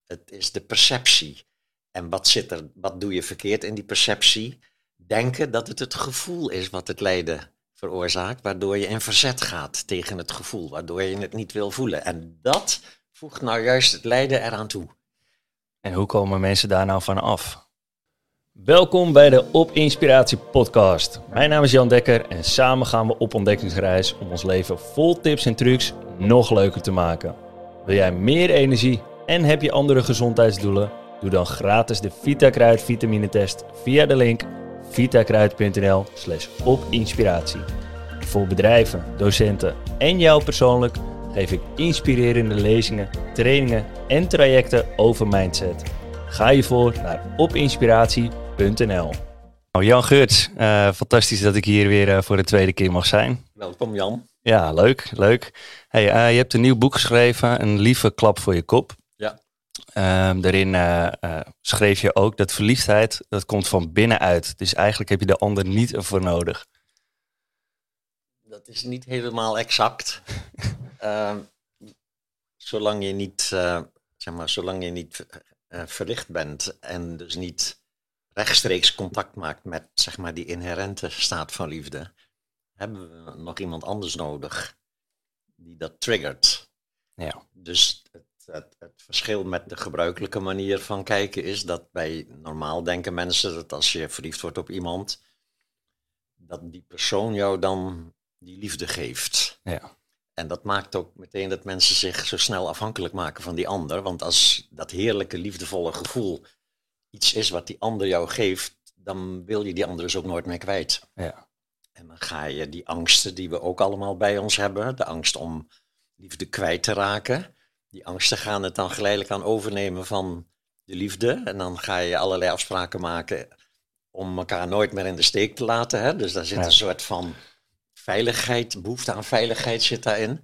Het is de perceptie. En wat doe je verkeerd in die perceptie? Denken dat het gevoel is wat het lijden veroorzaakt, waardoor je in verzet gaat tegen het gevoel, waardoor je het niet wil voelen. En dat voegt nou juist het lijden eraan toe. En hoe komen mensen daar nou van af? Welkom bij de Op Inspiratie podcast. Mijn naam is Jan Dekker en samen gaan we op ontdekkingsreis om ons leven vol tips en trucs nog leuker te maken. Wil jij meer energie en heb je andere gezondheidsdoelen? Doe dan gratis de VitaKruid vitaminetest via de link vitakruid.nl/opinspiratie. Voor bedrijven, docenten en jou persoonlijk geef ik inspirerende lezingen, trainingen en trajecten over mindset. Ga hiervoor naar opinspiratie.nl. Jan Geurts, fantastisch dat ik hier weer voor de tweede keer mag zijn. Welkom Jan. Ja, leuk. Hey, je hebt een nieuw boek geschreven, Een lieve klap voor je kop. Ja. Daarin schreef je ook dat verliefdheid, dat komt van binnenuit. Dus eigenlijk heb je de ander niet ervoor nodig. Dat is niet helemaal exact. Zolang je niet verlicht bent en dus niet rechtstreeks contact maakt met die inherente staat van liefde, hebben we nog iemand anders nodig die dat triggert. Ja. Dus het verschil met de gebruikelijke manier van kijken is dat bij normaal denken mensen dat als je verliefd wordt op iemand, dat die persoon jou dan die liefde geeft. Ja. En dat maakt ook meteen dat mensen zich zo snel afhankelijk maken van die ander. Want als dat heerlijke, liefdevolle gevoel iets is wat die ander jou geeft, dan wil je die ander dus ook nooit meer kwijt. Ja. En dan ga je die angsten die we ook allemaal bij ons hebben, de angst om liefde kwijt te raken, die angsten gaan het dan geleidelijk aan overnemen van de liefde. En dan ga je allerlei afspraken maken om elkaar nooit meer in de steek te laten. Hè? Dus daar zit een soort van veiligheid, behoefte aan veiligheid zit daarin.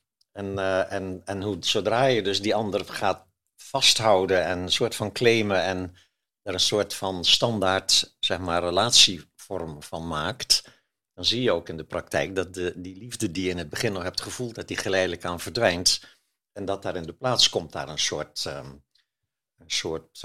En zodra je dus die ander gaat vasthouden en een soort van claimen en er een soort van standaard, relatievorm van maakt, dan zie je ook in de praktijk dat die liefde die je in het begin nog hebt gevoeld, dat die geleidelijk aan verdwijnt. En dat daar in de plaats komt daar een soort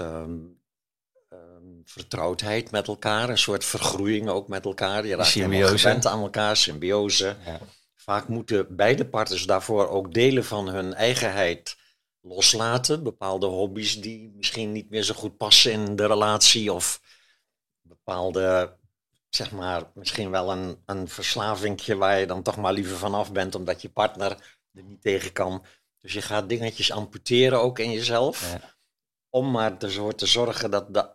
vertrouwdheid met elkaar, een soort vergroeiing ook met elkaar. Je raakt helemaal gewend aan elkaar, symbiose. Ja. Vaak moeten beide partners daarvoor ook delen van hun eigenheid loslaten. Bepaalde hobby's die misschien niet meer zo goed passen in de relatie of bepaalde, misschien wel een verslavingje waar je dan toch maar liever vanaf bent omdat je partner er niet tegen kan. Dus je gaat dingetjes amputeren ook in jezelf. Ja. Om maar ervoor te zorgen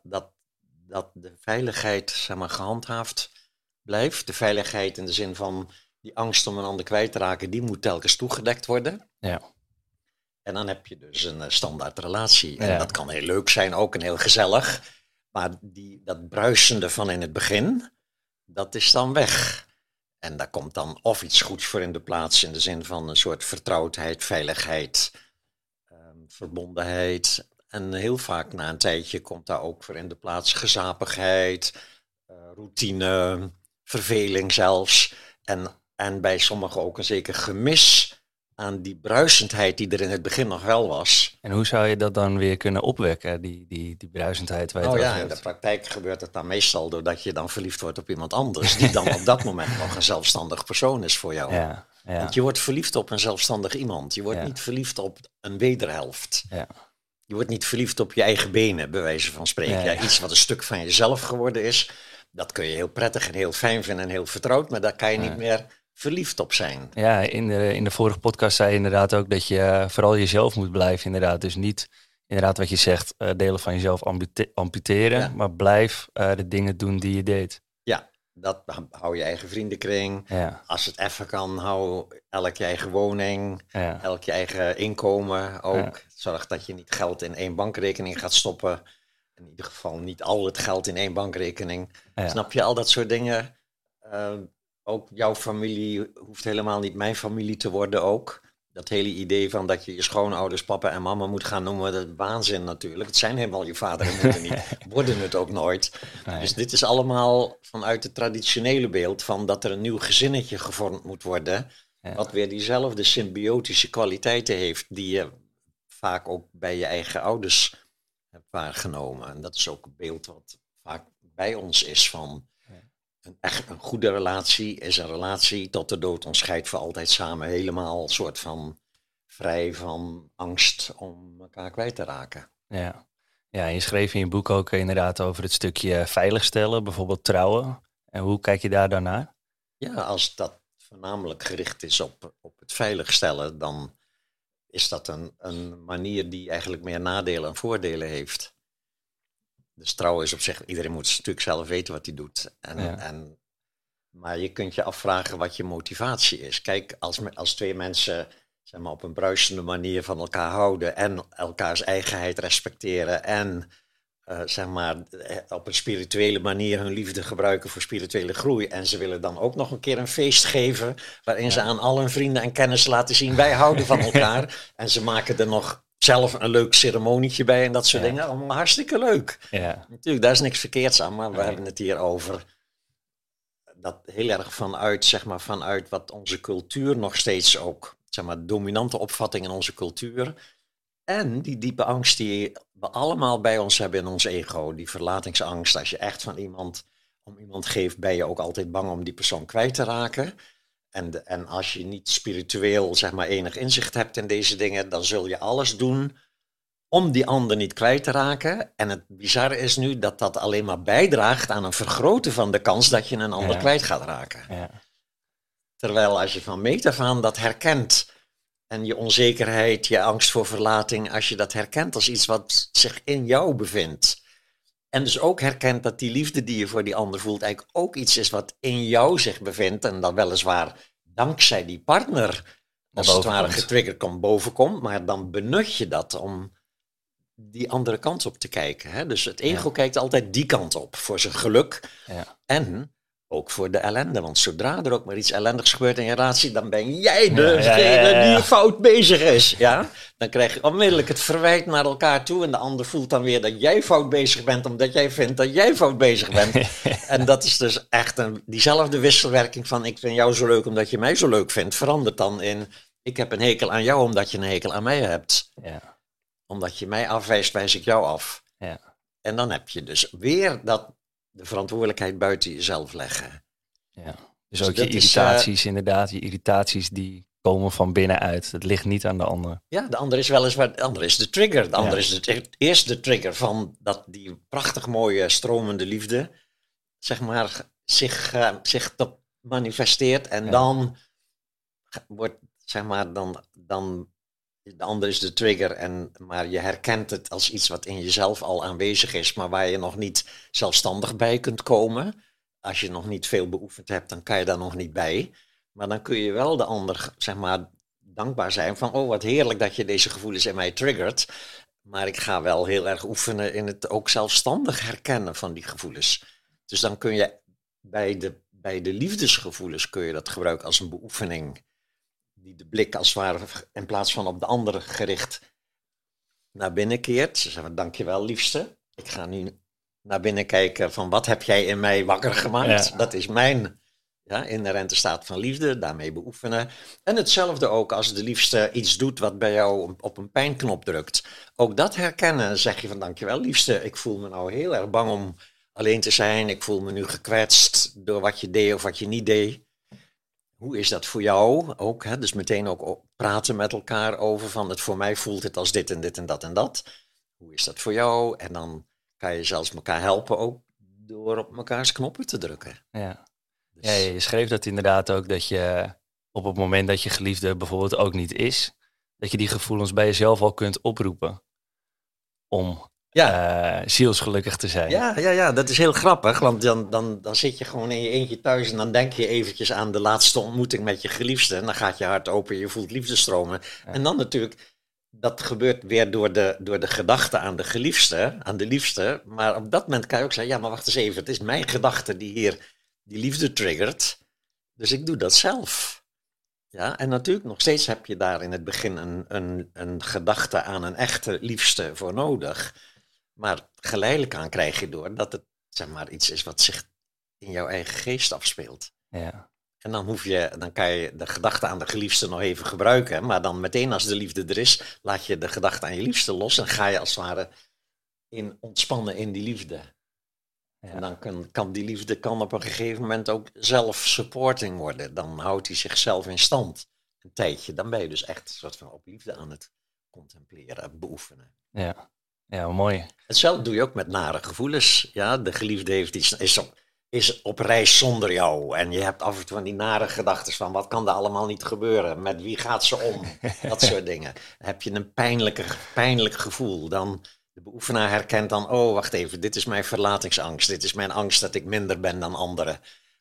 dat de veiligheid gehandhaafd blijft. De veiligheid in de zin van die angst om een ander kwijt te raken, die moet telkens toegedekt worden. Ja. En dan heb je dus een standaard relatie. En dat kan heel leuk zijn ook en heel gezellig. Maar dat bruisende van in het begin, dat is dan weg. En daar komt dan of iets goeds voor in de plaats in de zin van een soort vertrouwdheid, veiligheid, verbondenheid. En heel vaak na een tijdje komt daar ook voor in de plaats gezapigheid, routine, verveling zelfs. En bij sommigen ook een zeker gemis aan die bruisendheid die er in het begin nog wel was. En hoe zou je dat dan weer kunnen opwekken, die bruisendheid? Waar je in de praktijk gebeurt het dan meestal doordat je dan verliefd wordt op iemand anders, die dan op dat moment nog een zelfstandig persoon is voor jou. Ja. Want je wordt verliefd op een zelfstandig iemand. Je wordt niet verliefd op een wederhelft. Ja. Je wordt niet verliefd op je eigen benen, bij wijze van spreken. Nee. Ja, iets wat een stuk van jezelf geworden is, dat kun je heel prettig en heel fijn vinden en heel vertrouwd, maar daar kan je niet meer verliefd op zijn. Ja, in de vorige podcast zei je inderdaad ook dat je vooral jezelf moet blijven inderdaad. Dus niet inderdaad wat je zegt, delen van jezelf amputeren, maar blijf de dingen doen die je deed. Ja, hou je eigen vriendenkring. Ja. Als het even kan, hou elk je eigen woning, elk je eigen inkomen ook. Ja. Zorg dat je niet geld in één bankrekening gaat stoppen. In ieder geval niet al het geld in één bankrekening. Ja. Snap je, al dat soort dingen? Ook jouw familie hoeft helemaal niet mijn familie te worden ook. Dat hele idee van dat je je schoonouders papa en mama moet gaan noemen, dat is waanzin natuurlijk. Het zijn helemaal je vader en moeder niet. Worden het ook nooit. Nee. Dus dit is allemaal vanuit het traditionele beeld van dat er een nieuw gezinnetje gevormd moet worden. Ja. Wat weer diezelfde symbiotische kwaliteiten heeft die je vaak ook bij je eigen ouders hebt waargenomen. En dat is ook een beeld wat vaak bij ons is van een goede relatie is een relatie tot de dood ons scheidt voor altijd samen. Helemaal een soort van vrij van angst om elkaar kwijt te raken. Ja. Ja, je schreef in je boek ook inderdaad over het stukje veiligstellen, bijvoorbeeld trouwen. En hoe kijk je daar dan naar? Ja, als dat voornamelijk gericht is op het veiligstellen, dan is dat een manier die eigenlijk meer nadelen en voordelen heeft. Dus trouwen is op zich, iedereen moet natuurlijk zelf weten wat hij doet. Maar je kunt je afvragen wat je motivatie is. Kijk, als twee mensen zeg maar, op een bruisende manier van elkaar houden en elkaars eigenheid respecteren en zeg maar, op een spirituele manier hun liefde gebruiken voor spirituele groei. En ze willen dan ook nog een keer een feest geven waarin ze aan al hun vrienden en kennissen laten zien, wij houden van elkaar. En ze maken er nog zelf een leuk ceremonietje bij en dat soort dingen. Allemaal hartstikke leuk. Ja. Natuurlijk, daar is niks verkeerds aan, maar we hebben het hier over dat heel erg vanuit wat onze cultuur nog steeds ook, zeg maar, dominante opvatting in onze cultuur. En die diepe angst die we allemaal bij ons hebben in ons ego, die verlatingsangst. Als je echt om iemand geeft, ben je ook altijd bang om die persoon kwijt te raken. En als je niet spiritueel, zeg maar, enig inzicht hebt in deze dingen, dan zul je alles doen om die ander niet kwijt te raken. En het bizarre is nu dat dat alleen maar bijdraagt aan een vergroten van de kans dat je een ander kwijt gaat raken. Ja. Terwijl als je van meet af aan dat herkent en je onzekerheid, je angst voor verlating, als je dat herkent als iets wat zich in jou bevindt. En dus ook herkent dat die liefde die je voor die ander voelt eigenlijk ook iets is wat in jou zich bevindt. En dan weliswaar dankzij die partner als het ware getriggerd bovenkomt. Maar dan benut je dat om die andere kant op te kijken. Hè? Dus het ego kijkt altijd die kant op. Voor zijn geluk en ook voor de ellende. Want zodra er ook maar iets ellendigs gebeurt in je relatie, dan ben jij degene die fout bezig is. Ja? Dan krijg je onmiddellijk het verwijt naar elkaar toe. En de ander voelt dan weer dat jij fout bezig bent, omdat jij vindt dat jij fout bezig bent. En dat is dus echt diezelfde wisselwerking van ik vind jou zo leuk omdat je mij zo leuk vindt. Verandert dan in ik heb een hekel aan jou omdat je een hekel aan mij hebt. Ja. Omdat je mij afwijst, wijs ik jou af. Ja. En dan heb je dus weer de verantwoordelijkheid buiten jezelf leggen. Ja. Dus ook je irritaties, inderdaad. Je irritaties die komen van binnenuit. Het ligt niet aan de ander. Ja, de ander is weliswaar, de ander is de trigger. De ander is eerst de trigger van die prachtig mooie stromende liefde, zeg maar, zich manifesteert. En dan wordt, zeg maar, dan de ander is de trigger, maar je herkent het als iets wat in jezelf al aanwezig is, maar waar je nog niet zelfstandig bij kunt komen. Als je nog niet veel beoefend hebt, dan kan je daar nog niet bij. Maar dan kun je wel de ander, zeg maar, dankbaar zijn van, oh wat heerlijk dat je deze gevoelens in mij triggert. Maar ik ga wel heel erg oefenen in het ook zelfstandig herkennen van die gevoelens. Dus dan kun je bij de liefdesgevoelens kun je dat gebruiken als een beoefening. Die de blik als het ware in plaats van op de andere gericht naar binnen keert. Ze zeggen, dankjewel liefste. Ik ga nu naar binnen kijken van wat heb jij in mij wakker gemaakt. Ja. Dat is mijn inherente staat van liefde, daarmee beoefenen. En hetzelfde ook als de liefste iets doet wat bij jou op een pijnknop drukt. Ook dat herkennen, zeg je van dankjewel liefste. Ik voel me nou heel erg bang om alleen te zijn. Ik voel me nu gekwetst door wat je deed of wat je niet deed. Hoe is dat voor jou ook? Hè? Dus meteen ook praten met elkaar over van het voor mij voelt het als dit en dit en dat en dat. Hoe is dat voor jou? En dan kan je zelfs elkaar helpen ook door op mekaars knoppen te drukken. Ja. Dus ja, je schreef dat inderdaad ook dat je op het moment dat je geliefde bijvoorbeeld ook niet is, dat je die gevoelens bij jezelf al kunt oproepen om zielsgelukkig te zijn. Ja, dat is heel grappig, want dan zit je gewoon in je eentje thuis en dan denk je eventjes aan de laatste ontmoeting met je geliefde en dan gaat je hart open, je voelt liefdestromen. Ja. En dan natuurlijk, dat gebeurt weer door de gedachte aan de liefste, maar op dat moment kan je ook zeggen, ja, maar wacht eens even, het is mijn gedachte die hier die liefde triggert, dus ik doe dat zelf. Ja, en natuurlijk nog steeds heb je daar in het begin een gedachte aan een echte liefste voor nodig. Maar geleidelijk aan krijg je door dat het, zeg maar, iets is wat zich in jouw eigen geest afspeelt. Ja. En dan kan je de gedachte aan de geliefde nog even gebruiken. Maar dan meteen als de liefde er is, laat je de gedachte aan je liefde los. En ga je als het ware ontspannen in die liefde. Ja. En dan kan die liefde op een gegeven moment ook zelf-supporting worden. Dan houdt hij zichzelf in stand een tijdje. Dan ben je dus echt een soort van op liefde aan het contempleren, beoefenen. Ja, mooi. Hetzelfde doe je ook met nare gevoelens. Ja, de geliefde is op reis zonder jou. En je hebt af en toe van die nare gedachten van wat kan er allemaal niet gebeuren? Met wie gaat ze om? Dat soort dingen. Dan heb je een pijnlijk gevoel. Dan de beoefenaar herkent dan, oh wacht even, dit is mijn verlatingsangst. Dit is mijn angst dat ik minder ben dan anderen.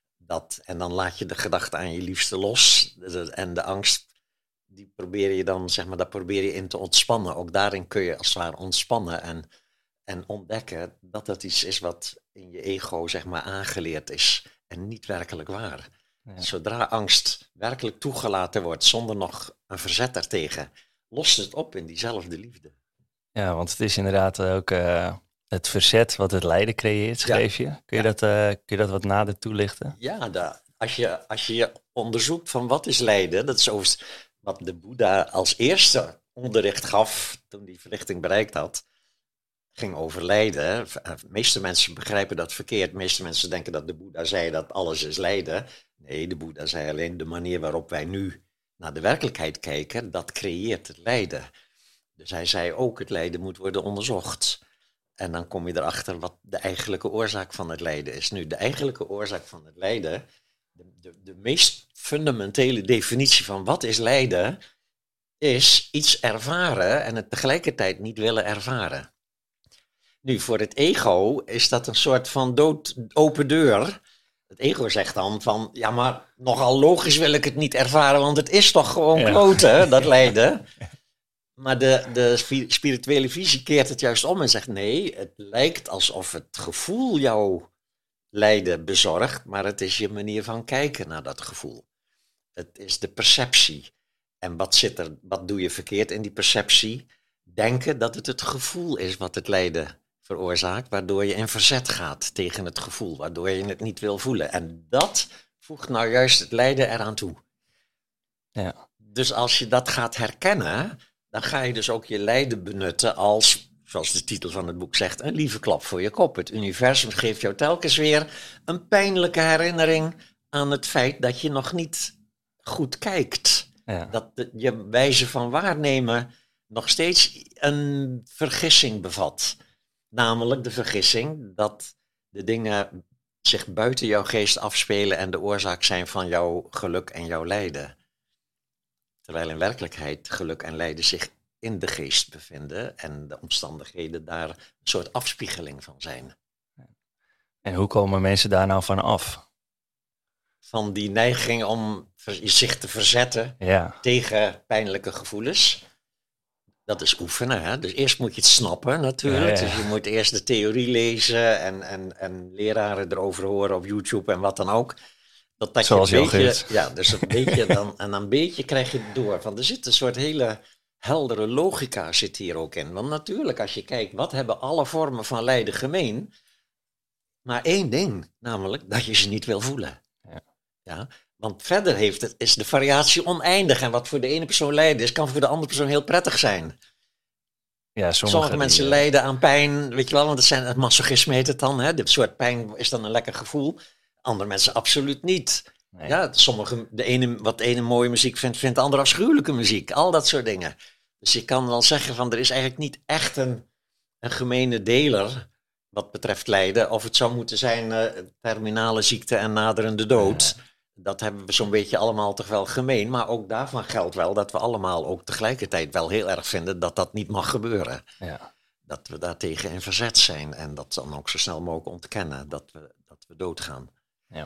En dan laat je de gedachte aan je liefste los. En de angst, die probeer je dan, zeg maar, daar probeer je in te ontspannen. Ook daarin kun je als het ware ontspannen en ontdekken dat dat iets is wat in je ego, zeg maar, aangeleerd is en niet werkelijk waar. Ja. Zodra angst werkelijk toegelaten wordt zonder nog een verzet daartegen, lost het op in diezelfde liefde. Ja, want het is inderdaad ook het verzet wat het lijden creëert, schreef je. Kun je dat wat nader toelichten? Ja, als je onderzoekt van wat is lijden, dat is overigens wat de Boeddha als eerste onderricht gaf toen die verlichting bereikt had, ging over lijden. De meeste mensen begrijpen dat verkeerd. De meeste mensen denken dat de Boeddha zei dat alles is lijden. Nee, de Boeddha zei alleen de manier waarop wij nu naar de werkelijkheid kijken, dat creëert het lijden. Dus hij zei ook het lijden moet worden onderzocht. En dan kom je erachter wat de eigenlijke oorzaak van het lijden is. Nu, de eigenlijke oorzaak van het lijden, de meest fundamentele definitie van wat is lijden, is iets ervaren en het tegelijkertijd niet willen ervaren. Nu, voor het ego is dat een soort van open deur. Het ego zegt dan van, ja maar nogal logisch wil ik het niet ervaren, want het is toch gewoon kloten, dat lijden. Maar de spirituele visie keert het juist om en zegt, nee, het lijkt alsof het gevoel jouw lijden bezorgt, maar het is je manier van kijken naar dat gevoel. Het is de perceptie. En wat doe je verkeerd in die perceptie? Denken dat het gevoel is wat het lijden veroorzaakt, waardoor je in verzet gaat tegen het gevoel, waardoor je het niet wil voelen. En dat voegt nou juist het lijden eraan toe. Ja. Dus als je dat gaat herkennen, dan ga je dus ook je lijden benutten als, zoals de titel van het boek zegt, een lieve klap voor je kop. Het universum geeft jou telkens weer een pijnlijke herinnering aan het feit dat je nog niet goed kijkt. Ja. Dat je wijze van waarnemen nog steeds een vergissing bevat. Namelijk de vergissing dat de dingen zich buiten jouw geest afspelen en de oorzaak zijn van jouw geluk en jouw lijden. Terwijl in werkelijkheid geluk en lijden zich in de geest bevinden en de omstandigheden daar een soort afspiegeling van zijn. En hoe komen mensen daar nou van af? Van die neiging om zich te verzetten tegen pijnlijke gevoelens. Dat is oefenen. Hè? Dus eerst moet je het snappen natuurlijk. Ja. Dus je moet eerst de theorie lezen en leraren erover horen op YouTube en wat dan ook. Dat zoals je een beetje, dus een beetje en een beetje krijg je het door. Want er zit een soort hele heldere logica zit hier ook in. Want natuurlijk, als je kijkt, wat hebben alle vormen van lijden gemeen? Maar één ding, namelijk dat je ze niet wil voelen. Ja, want verder is de variatie oneindig. En wat voor de ene persoon lijden is, kan voor de andere persoon heel prettig zijn. Ja, sommige mensen lijden aan pijn, weet je wel, want het masochisme heet het dan. Hè? Dit soort pijn is dan een lekker gevoel. Andere mensen absoluut niet. Nee. Ja, wat de ene mooie muziek vindt de ander afschuwelijke muziek. Al dat soort dingen. Dus je kan wel zeggen van er is eigenlijk niet echt een gemene deler wat betreft lijden. Of het zou moeten zijn terminale ziekte en naderende dood. Ja. Dat hebben we zo'n beetje allemaal toch wel gemeen. Maar ook daarvan geldt wel dat we allemaal ook tegelijkertijd wel heel erg vinden dat dat niet mag gebeuren. Ja. Dat we daartegen in verzet zijn. En dat dan ook zo snel mogelijk ontkennen dat we doodgaan. Ja.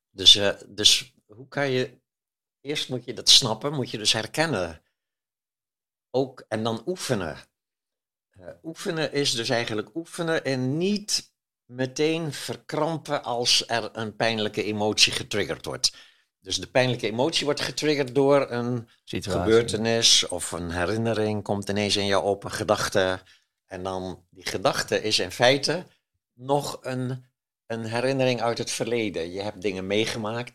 Dus hoe kan je... Eerst moet je dat snappen, moet je dus herkennen. Ook, en dan oefenen. Oefenen is dus eigenlijk oefenen en niet meteen verkrampen als er een pijnlijke emotie getriggerd wordt. Dus de pijnlijke emotie wordt getriggerd door een gebeurtenis of een herinnering, komt ineens in jou op, een gedachte. En dan die gedachte is in feite nog een herinnering uit het verleden. Je hebt dingen meegemaakt, die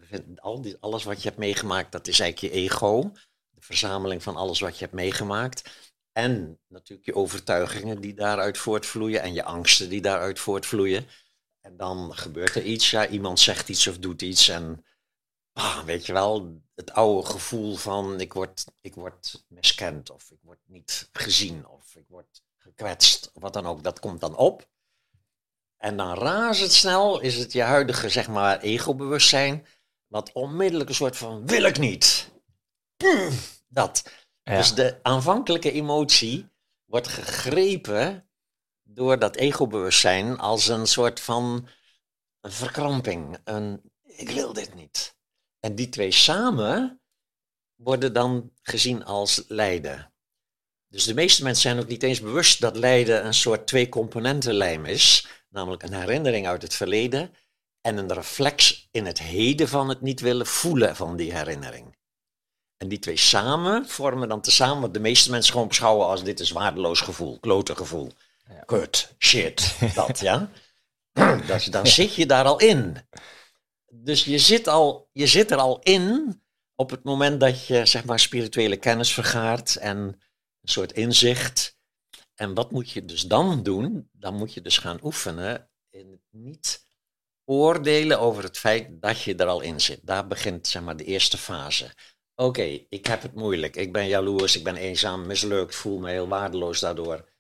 Alles wat je hebt meegemaakt, dat is eigenlijk je ego. De verzameling van alles wat je hebt meegemaakt. En natuurlijk je overtuigingen die daaruit voortvloeien. En je angsten die daaruit voortvloeien. En dan gebeurt er iets. Ja, iemand zegt iets of doet iets. En weet je wel, het oude gevoel van ik word miskend. Of ik word niet gezien. Of ik word gekwetst. Of wat dan ook. Dat komt dan op. En dan razendsnel is het je huidige, zeg maar, ego-bewustzijn. Wat onmiddellijk een soort van wil ik niet. Dat. Ja. Dus de aanvankelijke emotie wordt gegrepen door dat ego-bewustzijn als een soort van een verkramping. Ik wil dit niet. En die twee samen worden dan gezien als lijden. Dus de meeste mensen zijn ook niet eens bewust dat lijden een soort twee-componentenlijm is. Namelijk een herinnering uit het verleden en een reflex in het heden van het niet willen voelen van die herinnering. En die twee samen vormen dan tezamen wat de meeste mensen gewoon beschouwen als dit is waardeloos gevoel, klote gevoel. Ja. Kut, shit, dat ja. Dan zit je daar al in. Dus je zit er al in op het moment dat je, zeg maar, spirituele kennis vergaart en een soort inzicht. En wat moet je dus dan doen? Dan moet je dus gaan oefenen in het niet oordelen over het feit dat je er al in zit. Daar begint, zeg maar, de eerste fase. Oké, ik heb het moeilijk, ik ben jaloers, ik ben eenzaam, mislukt, voel me heel waardeloos daardoor.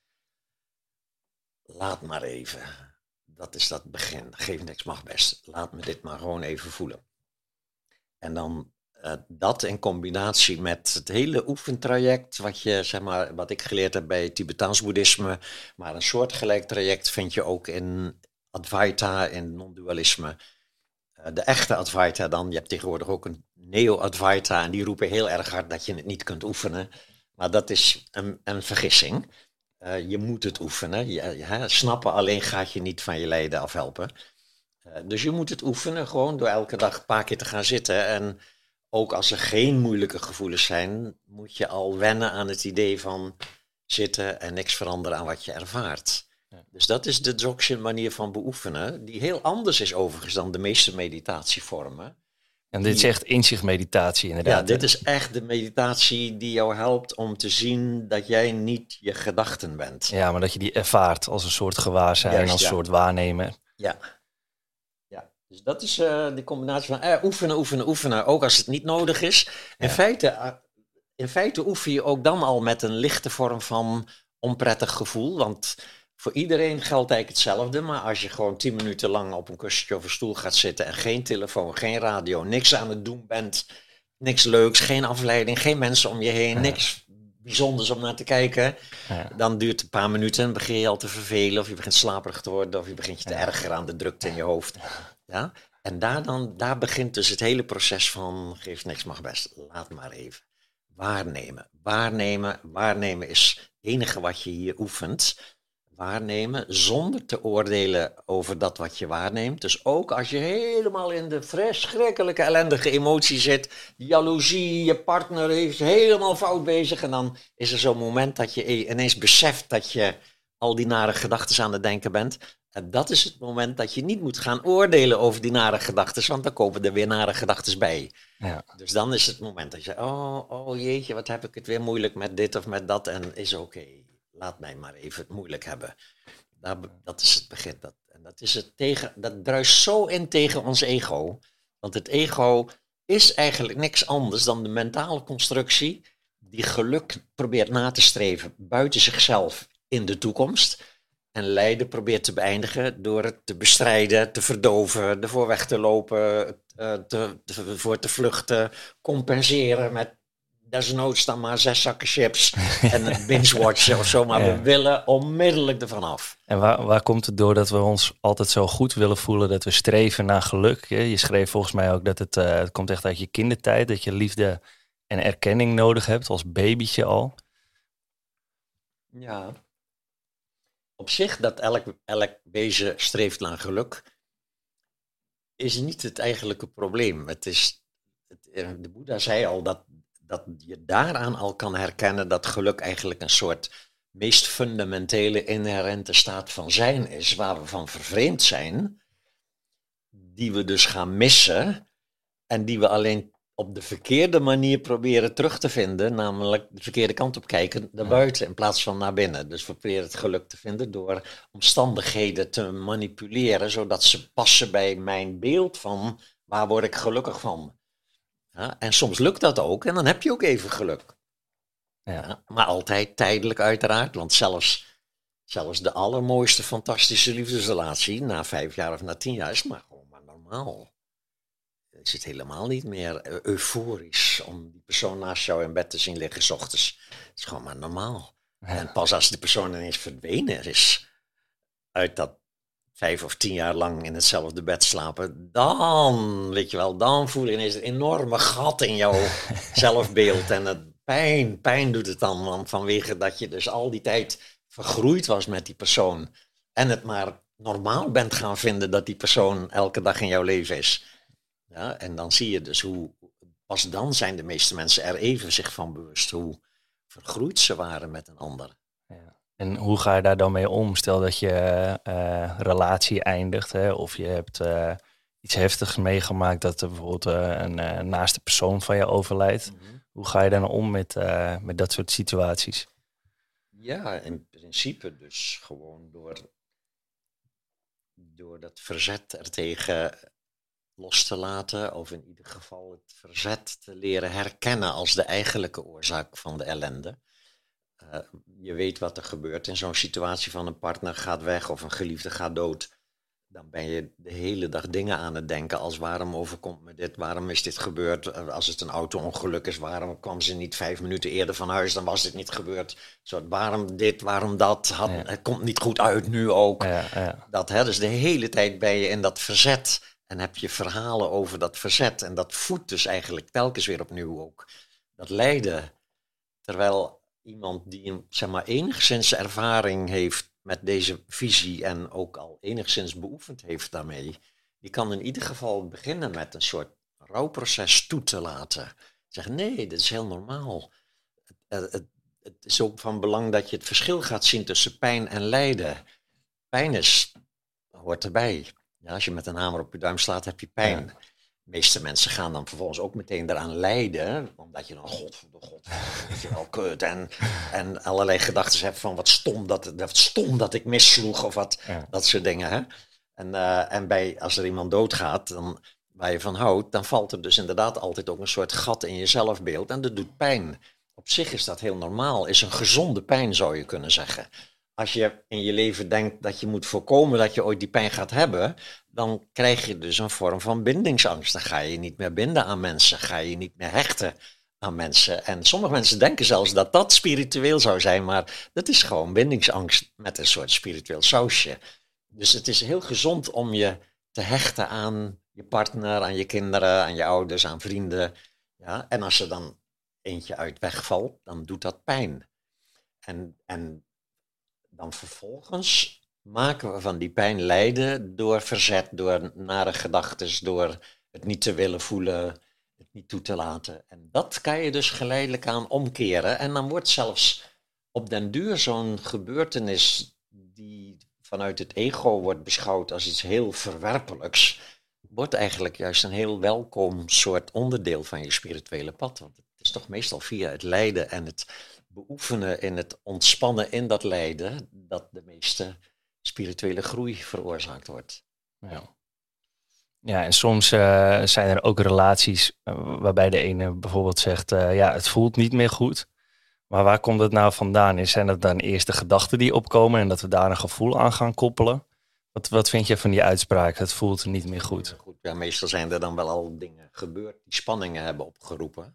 Laat maar even. Dat is dat begin. Geef niks, mag best. Laat me dit maar gewoon even voelen. En dan dat in combinatie met het hele oefentraject, wat ik geleerd heb bij Tibetaans boeddhisme, maar een soortgelijk traject vind je ook in Advaita, in non-dualisme. De echte Advaita dan, je hebt tegenwoordig ook een neo-Advaita en die roepen heel erg hard dat je het niet kunt oefenen. Maar dat is een vergissing. Je moet het oefenen. Snappen alleen gaat je niet van je lijden afhelpen. Dus je moet het oefenen gewoon door elke dag een paar keer te gaan zitten. En ook als er geen moeilijke gevoelens zijn, moet je al wennen aan het idee van zitten en niks veranderen aan wat je ervaart. Ja. Dus dat is de Dzogchen manier van beoefenen, die heel anders is overigens dan de meeste meditatievormen. En dit is echt inzichtmeditatie inderdaad. Ja, dit is echt de meditatie die jou helpt om te zien dat jij niet je gedachten bent. Ja, maar dat je die ervaart als een soort gewaarzijn, als een soort waarnemen. Ja. Dus dat is die combinatie van oefenen, ook als het niet nodig is. Ja. In feite oefen je ook dan al met een lichte vorm van onprettig gevoel, want voor iedereen geldt eigenlijk hetzelfde, maar als je gewoon 10 minuten lang op een kussentje of een stoel gaat zitten en geen telefoon, geen radio, niks aan het doen bent, niks leuks, geen afleiding, geen mensen om je heen, niks bijzonders om naar te kijken, dan duurt het een paar minuten en begin je al te vervelen of je begint slaperig te worden of je begint je te ergeren aan de drukte in je hoofd. Ja? En daar begint dus het hele proces van geef niks, mag best, laat maar even. Waarnemen is het enige wat je hier oefent. Waarnemen zonder te oordelen over dat wat je waarneemt. Dus ook als je helemaal in de verschrikkelijke ellendige emotie zit, jaloezie, je partner is helemaal fout bezig en dan is er zo'n moment dat je ineens beseft dat je al die nare gedachten aan het denken bent. En dat is het moment dat je niet moet gaan oordelen over die nare gedachten, want dan komen er weer nare gedachten bij. Ja. Dus dan is het moment dat je zegt, oh jeetje, wat heb ik het weer moeilijk met dit of met dat en is oké. Laat mij maar even het moeilijk hebben. Dat is het begin. Dat druist zo in tegen ons ego. Want het ego is eigenlijk niks anders dan de mentale constructie die geluk probeert na te streven buiten zichzelf in de toekomst. En lijden probeert te beëindigen door het te bestrijden, te verdoven, ervoor weg te lopen, voor te vluchten, compenseren met desnoods dan maar 6 zakken chips en binge-watchen of zo, maar we willen onmiddellijk ervan af. En waar komt het door dat we ons altijd zo goed willen voelen, dat we streven naar geluk? Je schreef volgens mij ook dat het komt echt uit je kindertijd, dat je liefde en erkenning nodig hebt, als babytje al. Ja, op zich dat elk wezen streeft naar geluk, is niet het eigenlijke probleem. De Boeddha zei al dat je daaraan al kan herkennen dat geluk eigenlijk een soort meest fundamentele inherente staat van zijn is, waar we van vervreemd zijn, die we dus gaan missen En die we alleen op de verkeerde manier proberen terug te vinden. Namelijk de verkeerde kant op kijken, naar buiten in plaats van naar binnen. Dus we proberen het geluk te vinden door omstandigheden te manipuleren. Zodat ze passen bij mijn beeld van waar word ik gelukkig van. Ja, en soms lukt dat ook en dan heb je ook even geluk. Ja, maar altijd tijdelijk uiteraard. Want zelfs de allermooiste, fantastische liefdesrelatie na 5 jaar of na 10 jaar is maar gewoon maar normaal. Is het helemaal niet meer euforisch om die persoon naast jou in bed te zien liggen 's ochtends. Het is gewoon maar normaal. Ja. En pas als die persoon ineens verdwenen is uit dat 5 of 10 jaar lang in hetzelfde bed slapen, dan, weet je wel, dan voel je ineens een enorme gat in jouw zelfbeeld. En het pijn doet het dan vanwege dat je dus al die tijd vergroeid was met die persoon. En het maar normaal bent gaan vinden dat die persoon elke dag in jouw leven is. Ja, en dan zie je dus hoe, pas dan zijn de meeste mensen er even zich van bewust hoe vergroeid ze waren met een ander. Ja. En hoe ga je daar dan mee om? Stel dat je relatie eindigt, hè, of je hebt iets heftigs meegemaakt dat er bijvoorbeeld een naaste persoon van je overlijdt. Mm-hmm. Hoe ga je dan om met dat soort situaties? Ja, in principe dus gewoon door dat verzet ertegen los te laten, of in ieder geval het verzet te leren herkennen als de eigenlijke oorzaak van de ellende. Je weet wat er gebeurt in zo'n situatie van een partner gaat weg of een geliefde gaat dood. Dan ben je de hele dag dingen aan het denken als waarom overkomt me dit, waarom is dit gebeurd? Als het een auto-ongeluk is, waarom kwam ze niet 5 minuten eerder van huis, dan was dit niet gebeurd. Waarom dit, waarom dat, het komt niet goed uit nu ook. Dus de hele tijd ben je in dat verzet en heb je verhalen over dat verzet. En dat voedt dus eigenlijk telkens weer opnieuw ook dat lijden. Terwijl iemand die enigszins ervaring heeft met deze visie en ook al enigszins beoefend heeft daarmee, die kan in ieder geval beginnen met een soort rouwproces toe te laten. Zeggen, nee, dit is heel normaal. Het is ook van belang dat je het verschil gaat zien tussen pijn en lijden. Pijn hoort erbij. Ja, als je met een hamer op je duim slaat, heb je pijn. Ja. De meeste mensen gaan dan vervolgens ook meteen eraan lijden, omdat je dan, god, weet je wel, kut, en allerlei gedachten hebt van wat stom dat ik missloeg, of wat, dat soort dingen. Hè? En als er iemand doodgaat, waar je van houdt, dan valt er dus inderdaad altijd ook een soort gat in je zelfbeeld en dat doet pijn. Op zich is dat heel normaal, is een gezonde pijn, zou je kunnen zeggen. Als je in je leven denkt dat je moet voorkomen dat je ooit die pijn gaat hebben, dan krijg je dus een vorm van bindingsangst. Dan ga je je niet meer binden aan mensen, ga je je niet meer hechten aan mensen. En sommige mensen denken zelfs dat dat spiritueel zou zijn, maar dat is gewoon bindingsangst met een soort spiritueel sausje. Dus het is heel gezond om je te hechten aan je partner, aan je kinderen, aan je ouders, aan vrienden. Ja? En als er dan eentje uit wegvalt, dan doet dat pijn. En dan vervolgens maken we van die pijn lijden door verzet, door nare gedachten, door het niet te willen voelen, het niet toe te laten. En dat kan je dus geleidelijk aan omkeren. En dan wordt zelfs op den duur zo'n gebeurtenis die vanuit het ego wordt beschouwd als iets heel verwerpelijks, wordt eigenlijk juist een heel welkom soort onderdeel van je spirituele pad. Want het is toch meestal via het lijden en het beoefenen in het ontspannen in dat lijden dat de meeste spirituele groei veroorzaakt wordt. Ja, en soms zijn er ook relaties waarbij de ene bijvoorbeeld zegt, het voelt niet meer goed. Maar waar komt het nou vandaan? Zijn dat dan eerst de gedachten die opkomen en dat we daar een gevoel aan gaan koppelen? Wat vind je van die uitspraak? Het voelt niet meer goed. Ja, meestal zijn er dan wel al dingen gebeurd die spanningen hebben opgeroepen.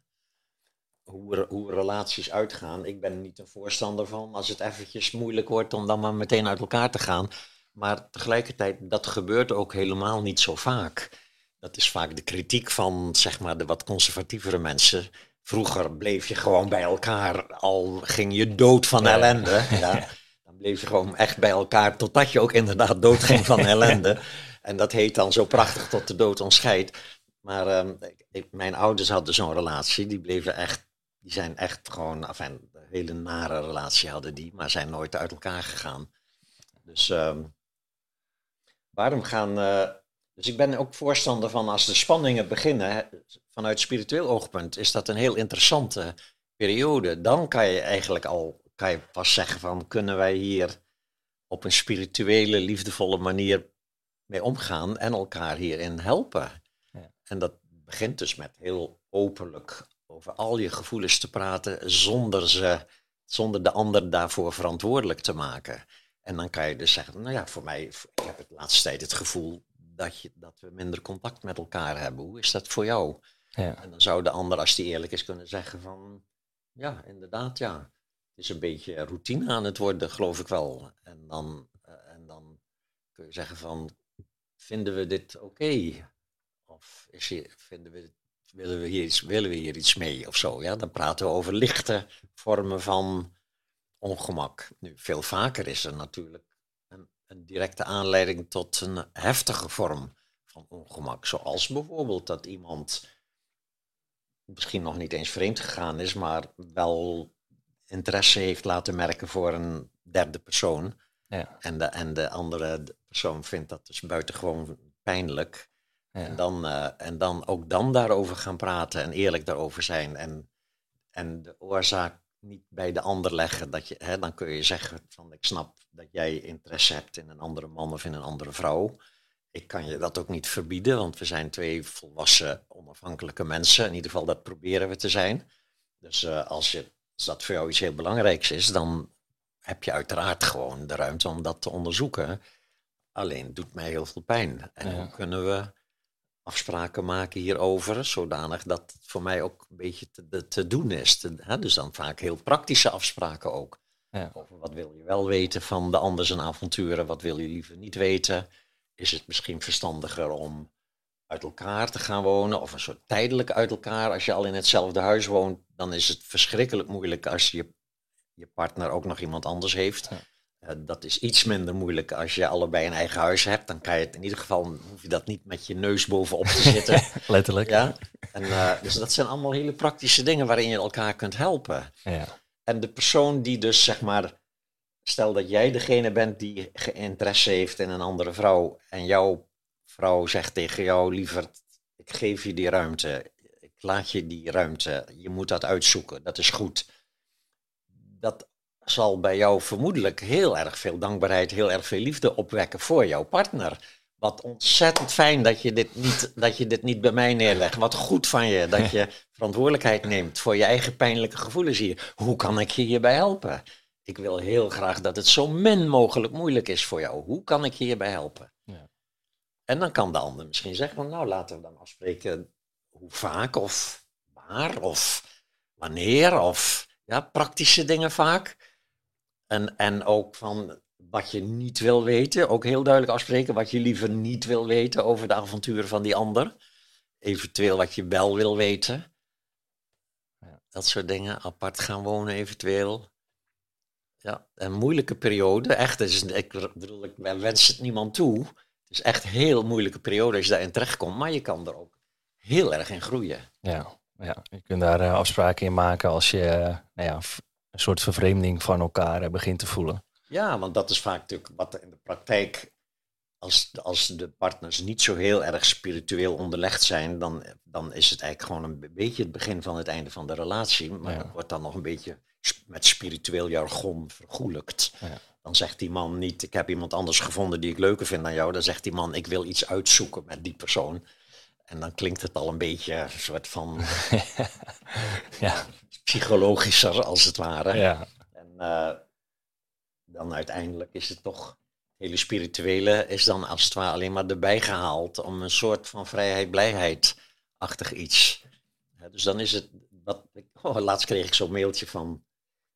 Hoe relaties uitgaan. Ik ben niet een voorstander van als het eventjes moeilijk wordt om dan maar meteen uit elkaar te gaan. Maar tegelijkertijd, dat gebeurt ook helemaal niet zo vaak. Dat is vaak de kritiek van, zeg maar, de wat conservatievere mensen. Vroeger bleef je gewoon bij elkaar, al ging je dood van ellende. Ja. Dan bleef je gewoon echt bij elkaar, totdat je ook inderdaad dood ging van ellende. En dat heet dan zo prachtig tot de dood ons scheidt. Maar mijn ouders hadden zo'n relatie, die zijn echt gewoon, een hele nare relatie hadden die, maar zijn nooit uit elkaar gegaan. Dus waarom gaan Dus ik ben ook voorstander van als de spanningen beginnen, vanuit spiritueel oogpunt, is dat een heel interessante periode. Dan kan je pas zeggen van, kunnen wij hier op een spirituele, liefdevolle manier mee omgaan en elkaar hierin helpen. Ja. En dat begint dus met heel openlijk over al je gevoelens te praten, zonder de ander daarvoor verantwoordelijk te maken. En dan kan je dus zeggen, nou ja, voor mij, ik heb de laatste tijd het gevoel dat we minder contact met elkaar hebben. Hoe is dat voor jou? Ja. En dan zou de ander, als die eerlijk is, kunnen zeggen van, ja, inderdaad, ja. Het is een beetje routine aan het worden, geloof ik wel. En dan kun je zeggen van, vinden we dit oké? Of willen we hier iets mee of zo? Ja? Dan praten we over lichte vormen van ongemak. Nu, veel vaker is er natuurlijk een directe aanleiding tot een heftige vorm van ongemak. Zoals bijvoorbeeld dat iemand misschien nog niet eens vreemd gegaan is, maar wel interesse heeft laten merken voor een derde persoon. Ja. En de andere persoon vindt dat dus buitengewoon pijnlijk. Ja. En dan ook daarover gaan praten en eerlijk daarover zijn. En de oorzaak niet bij de ander leggen. Dan kun je zeggen van, ik snap dat jij interesse hebt in een andere man of in een andere vrouw. Ik kan je dat ook niet verbieden, want we zijn 2 volwassen, onafhankelijke mensen. In ieder geval, dat proberen we te zijn. Dus als dat voor jou iets heel belangrijks is, dan heb je uiteraard gewoon de ruimte om dat te onderzoeken. Alleen het doet mij heel veel pijn. En dan kunnen we afspraken maken hierover, zodanig dat het voor mij ook een beetje te doen is. Dus dan vaak heel praktische afspraken ook. Ja. Over wat wil je wel weten van de ander zijn avonturen, wat wil je liever niet weten. Is het misschien verstandiger om uit elkaar te gaan wonen of een soort tijdelijk uit elkaar. Als je al in hetzelfde huis woont, dan is het verschrikkelijk moeilijk als je partner ook nog iemand anders heeft. Ja. Dat is iets minder moeilijk als je allebei een eigen huis hebt. Dan kan je het in ieder geval, hoef je dat niet met je neus bovenop te zitten. Letterlijk. Ja? Dus dat zijn allemaal hele praktische dingen waarin je elkaar kunt helpen. Ja. En de persoon die dus, zeg maar, stel dat jij degene bent die interesse heeft in een andere vrouw en jouw vrouw zegt tegen jou, lieverd, ik geef je die ruimte, ik laat je die ruimte, je moet dat uitzoeken, dat is goed. Dat zal bij jou vermoedelijk heel erg veel dankbaarheid, heel erg veel liefde opwekken voor jouw partner. Wat ontzettend fijn dat je dit niet bij mij neerlegt. Wat goed van je dat je verantwoordelijkheid neemt voor je eigen pijnlijke gevoelens hier. Hoe kan ik je hierbij helpen? Ik wil heel graag dat het zo min mogelijk moeilijk is voor jou. Hoe kan ik je hierbij helpen? Ja. En dan kan de ander misschien zeggen, nou laten we dan afspreken hoe vaak of waar of wanneer of ja, praktische dingen vaak. En ook van wat je niet wil weten, ook heel duidelijk afspreken wat je liever niet wil weten over de avonturen van die ander. Eventueel wat je wel wil weten. Ja. Dat soort dingen, apart gaan wonen eventueel. Ja, een moeilijke periode, echt. Ik wens het niemand toe. Het is echt een heel moeilijke periode als je daarin terechtkomt, maar je kan er ook heel erg in groeien. Ja, je kunt daar afspraken in maken als je een soort vervreemding van elkaar begint te voelen. Ja, want dat is vaak natuurlijk wat in de praktijk, als de partners niet zo heel erg spiritueel onderlegd zijn, dan is het eigenlijk gewoon een beetje het begin van het einde van de relatie. Maar dat wordt dan nog een beetje met spiritueel jargon vergoelijkt. Ja. Dan zegt die man niet, ik heb iemand anders gevonden die ik leuker vind dan jou. Dan zegt die man, ik wil iets uitzoeken met die persoon. En dan klinkt het al een beetje een soort van psychologischer als het ware. Ja. En dan uiteindelijk is het toch, het hele spirituele is dan als het ware alleen maar erbij gehaald om een soort van vrijheid, blijheid-achtig iets. Dus dan is het, laatst kreeg ik zo'n mailtje van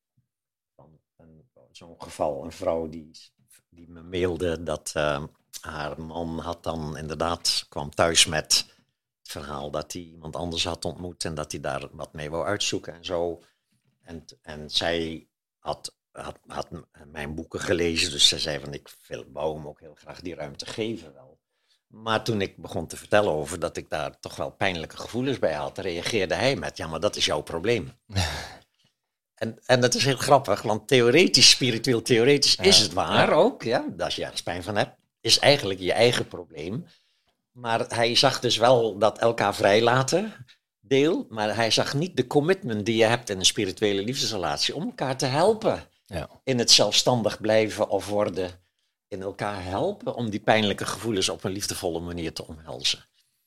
zo'n geval, een vrouw die me mailde dat haar man had dan inderdaad, kwam thuis met het verhaal dat hij iemand anders had ontmoet en dat hij daar wat mee wou uitzoeken en zo. En zij had mijn boeken gelezen, dus zij zei van ik wou hem ook heel graag die ruimte geven wel. Maar toen ik begon te vertellen over dat ik daar toch wel pijnlijke gevoelens bij had, reageerde hij met, ja, maar dat is jouw probleem. En dat is heel grappig, want spiritueel theoretisch is het waar ook. Ja, als je ergens pijn van hebt, is eigenlijk je eigen probleem. Maar hij zag dus wel dat elkaar vrijlaten deel, maar hij zag niet de commitment die je hebt in een spirituele liefdesrelatie om elkaar te helpen. Ja. In het zelfstandig blijven of worden, in elkaar helpen om die pijnlijke gevoelens op een liefdevolle manier te omhelzen.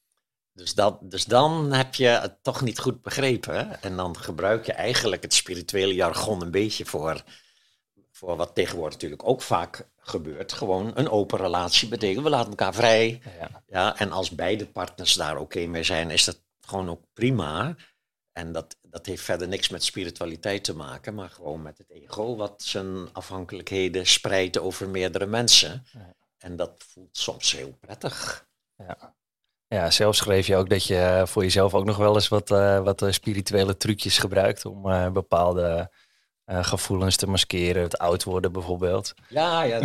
Dus dan heb je het toch niet goed begrepen. Hè? En dan gebruik je eigenlijk het spirituele jargon een beetje voor wat tegenwoordig natuurlijk ook vaak gebeurt. Gewoon een open relatie betekent, we laten elkaar vrij. Ja, en als beide partners daar oké mee zijn, is dat gewoon ook prima. En dat heeft verder niks met spiritualiteit te maken, maar gewoon met het ego, wat zijn afhankelijkheden spreidt over meerdere mensen. Ja. En dat voelt soms heel prettig. Ja, zelf schreef je ook dat je voor jezelf ook nog wel eens wat spirituele trucjes gebruikt om bepaalde gevoelens te maskeren, het oud worden bijvoorbeeld. Ja,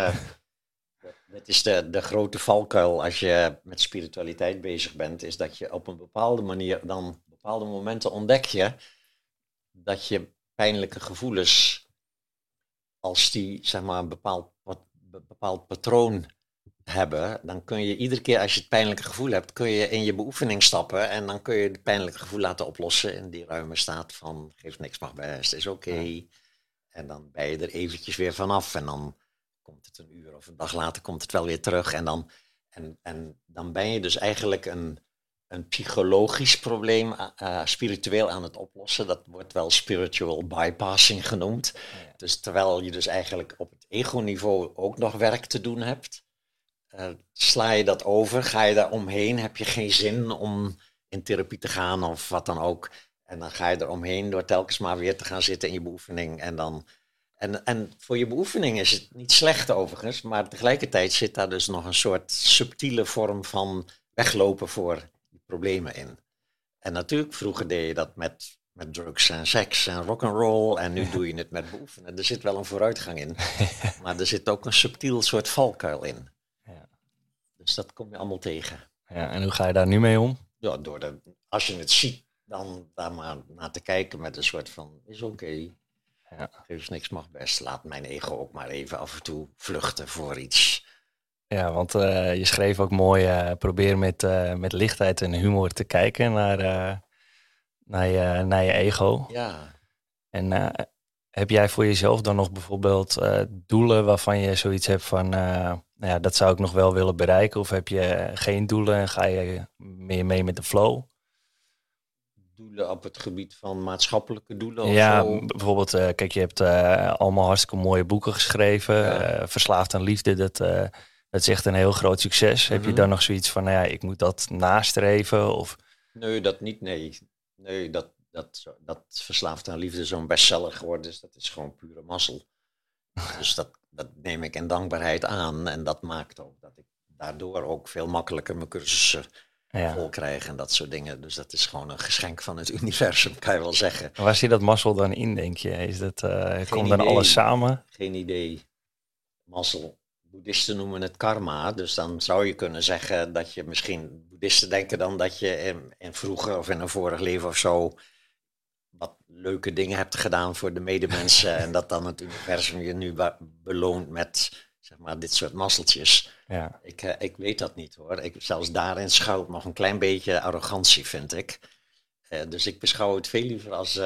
dat is de grote valkuil als je met spiritualiteit bezig bent, is dat je op een bepaalde manier dan bepaalde momenten ontdek je dat je pijnlijke gevoelens, als die zeg maar een bepaald patroon hebben, dan kun je iedere keer als je het pijnlijke gevoel hebt, kun je in je beoefening stappen en dan kun je het pijnlijke gevoel laten oplossen in die ruime staat van geeft niks, mag best, is oké. En dan ben je er eventjes weer vanaf en dan komt het een uur of een dag later komt het wel weer terug en dan ben je dus eigenlijk een psychologisch probleem spiritueel aan het oplossen. Dat wordt wel spiritual bypassing genoemd. Ja. Dus terwijl je dus eigenlijk op het ego-niveau ook nog werk te doen hebt, sla je dat over, ga je daar omheen, heb je geen zin om in therapie te gaan of wat dan ook. En dan ga je er omheen door telkens maar weer te gaan zitten in je beoefening. En voor je beoefening is het niet slecht overigens, maar tegelijkertijd zit daar dus nog een soort subtiele vorm van weglopen voor die problemen in. En natuurlijk, vroeger deed je dat met drugs en seks en rock'n'roll en nu doe je het met beoefenen. Er zit wel een vooruitgang in, maar er zit ook een subtiel soort valkuil in. Ja. Dus dat kom je allemaal tegen. Ja, en hoe ga je daar nu mee om? Ja, als je het ziet, dan daar maar naar te kijken met een soort van, is oké. Ja. Geef niks, mag best. Laat mijn ego ook maar even af en toe vluchten voor iets. Ja, want je schreef ook mooi, probeer met lichtheid en humor te kijken naar je ego. Ja. En heb jij voor jezelf dan nog bijvoorbeeld doelen waarvan je zoiets hebt van, dat zou ik nog wel willen bereiken? Of heb je geen doelen en ga je meer mee met de flow? Doelen op het gebied van maatschappelijke doelen? Of ja, zo? Bijvoorbeeld, kijk, je hebt allemaal hartstikke mooie boeken geschreven. Ja. Verslaafd aan liefde, dat is echt een heel groot succes. Mm-hmm. Heb je dan nog zoiets van, ik moet dat nastreven? Of? Nee, dat niet, nee. Dat Verslaafd aan liefde zo'n bestseller geworden is, dat is gewoon pure mazzel. Dus dat neem ik in dankbaarheid aan. En dat maakt ook dat ik daardoor ook veel makkelijker mijn cursussen vol krijg en dat soort dingen. Dus dat is gewoon een geschenk van het universum, kan je wel zeggen. Waar zit dat mazzel dan in, denk je? Is dat, komt dan alles samen? Geen idee. Mazzel. Boeddhisten noemen het karma, dus dan zou je kunnen zeggen dat je misschien, boeddhisten denken dan dat je in vroeger of in een vorig leven of zo wat leuke dingen hebt gedaan voor de medemensen en dat dan het universum je nu beloont met, zeg maar, dit soort mazzeltjes. Ja. Ik weet dat niet hoor. Zelfs daarin schuilt nog een klein beetje arrogantie, vind ik. Dus ik beschouw het veel liever als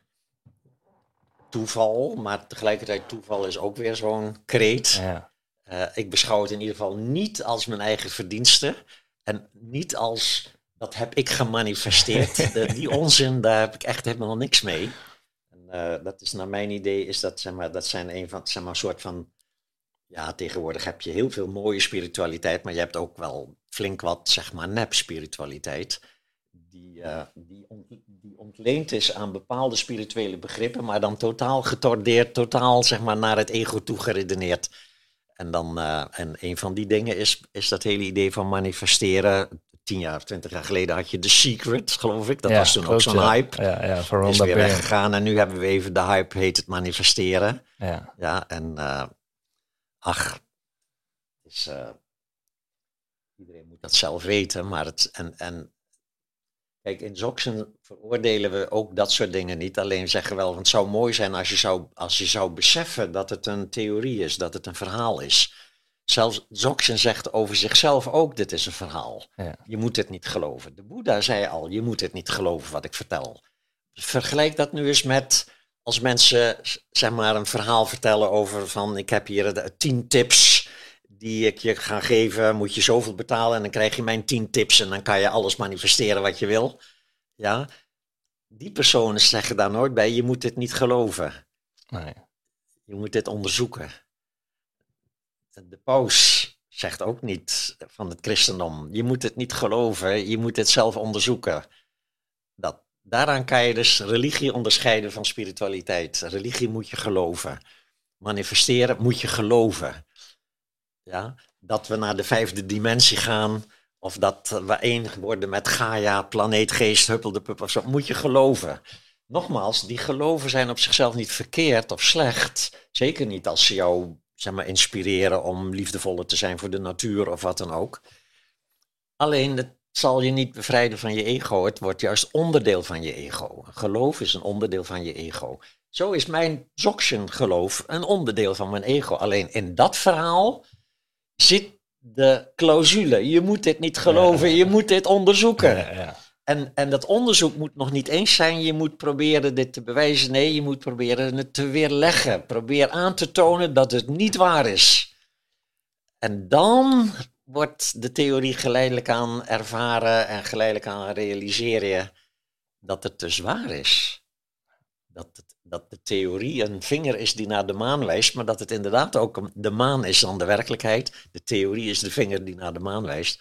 toeval, maar tegelijkertijd toeval is ook weer zo'n kreet. Ja. Ik beschouw het in ieder geval niet als mijn eigen verdienste en niet als dat heb ik gemanifesteerd. Die onzin, daar heb ik echt helemaal niks mee. En, dat is naar mijn idee, is dat, zeg maar, dat zijn een soort van, ja, tegenwoordig heb je heel veel mooie spiritualiteit, maar je hebt ook wel flink wat, zeg maar, nep-spiritualiteit. Die ontleend is aan bepaalde spirituele begrippen, maar dan totaal getordeerd, totaal, zeg maar, naar het ego toe geredeneerd. En een van die dingen is dat hele idee van manifesteren. 10 jaar of 20 jaar geleden had je The Secret, geloof ik. Dat was toen ook zo'n hype. Ja, is weer weggegaan en nu hebben we even de hype, heet het manifesteren. Ja, en iedereen moet dat zelf weten, maar kijk, in Dzogchen veroordelen we ook dat soort dingen niet. Alleen zeggen wel, want het zou mooi zijn als je zou beseffen dat het een theorie is, dat het een verhaal is. Zelfs Dzogchen zegt over zichzelf ook, dit is een verhaal. Ja. Je moet het niet geloven. De Boeddha zei al, je moet het niet geloven wat ik vertel. Vergelijk dat nu eens met als mensen zeg maar een verhaal vertellen over van ik heb hier 10 tips die ik je ga geven. Moet je zoveel betalen en dan krijg je mijn 10 tips en dan kan je alles manifesteren wat je wil. Ja, die personen zeggen daar nooit bij, je moet dit niet geloven. Nee. Je moet dit onderzoeken. De paus zegt ook niet van het christendom, je moet het niet geloven, je moet het zelf onderzoeken. Daaraan kan je dus religie onderscheiden van spiritualiteit. Religie moet je geloven. Manifesteren moet je geloven. Ja? Dat we naar de 5e dimensie gaan, of dat we één worden met Gaia, planeetgeest, huppeldepup of zo, moet je geloven. Nogmaals, die geloven zijn op zichzelf niet verkeerd of slecht. Zeker niet als ze jou zeg maar, inspireren om liefdevoller te zijn voor de natuur of wat dan ook. Alleen het zal je niet bevrijden van je ego. Het wordt juist onderdeel van je ego. Geloof is een onderdeel van je ego. Zo is mijn Dzogchen geloof een onderdeel van mijn ego. Alleen in dat verhaal zit de clausule. Je moet dit niet geloven, je moet dit onderzoeken. Ja. En dat onderzoek moet nog niet eens zijn, je moet proberen dit te bewijzen. Nee, je moet proberen het te weerleggen. Probeer aan te tonen dat het niet waar is. En dan wordt de theorie geleidelijk aan ervaren en geleidelijk aan realiseer je dat het dus waar is. Dat de theorie een vinger is die naar de maan wijst, maar dat het inderdaad ook de maan is dan de werkelijkheid. De theorie is de vinger die naar de maan wijst.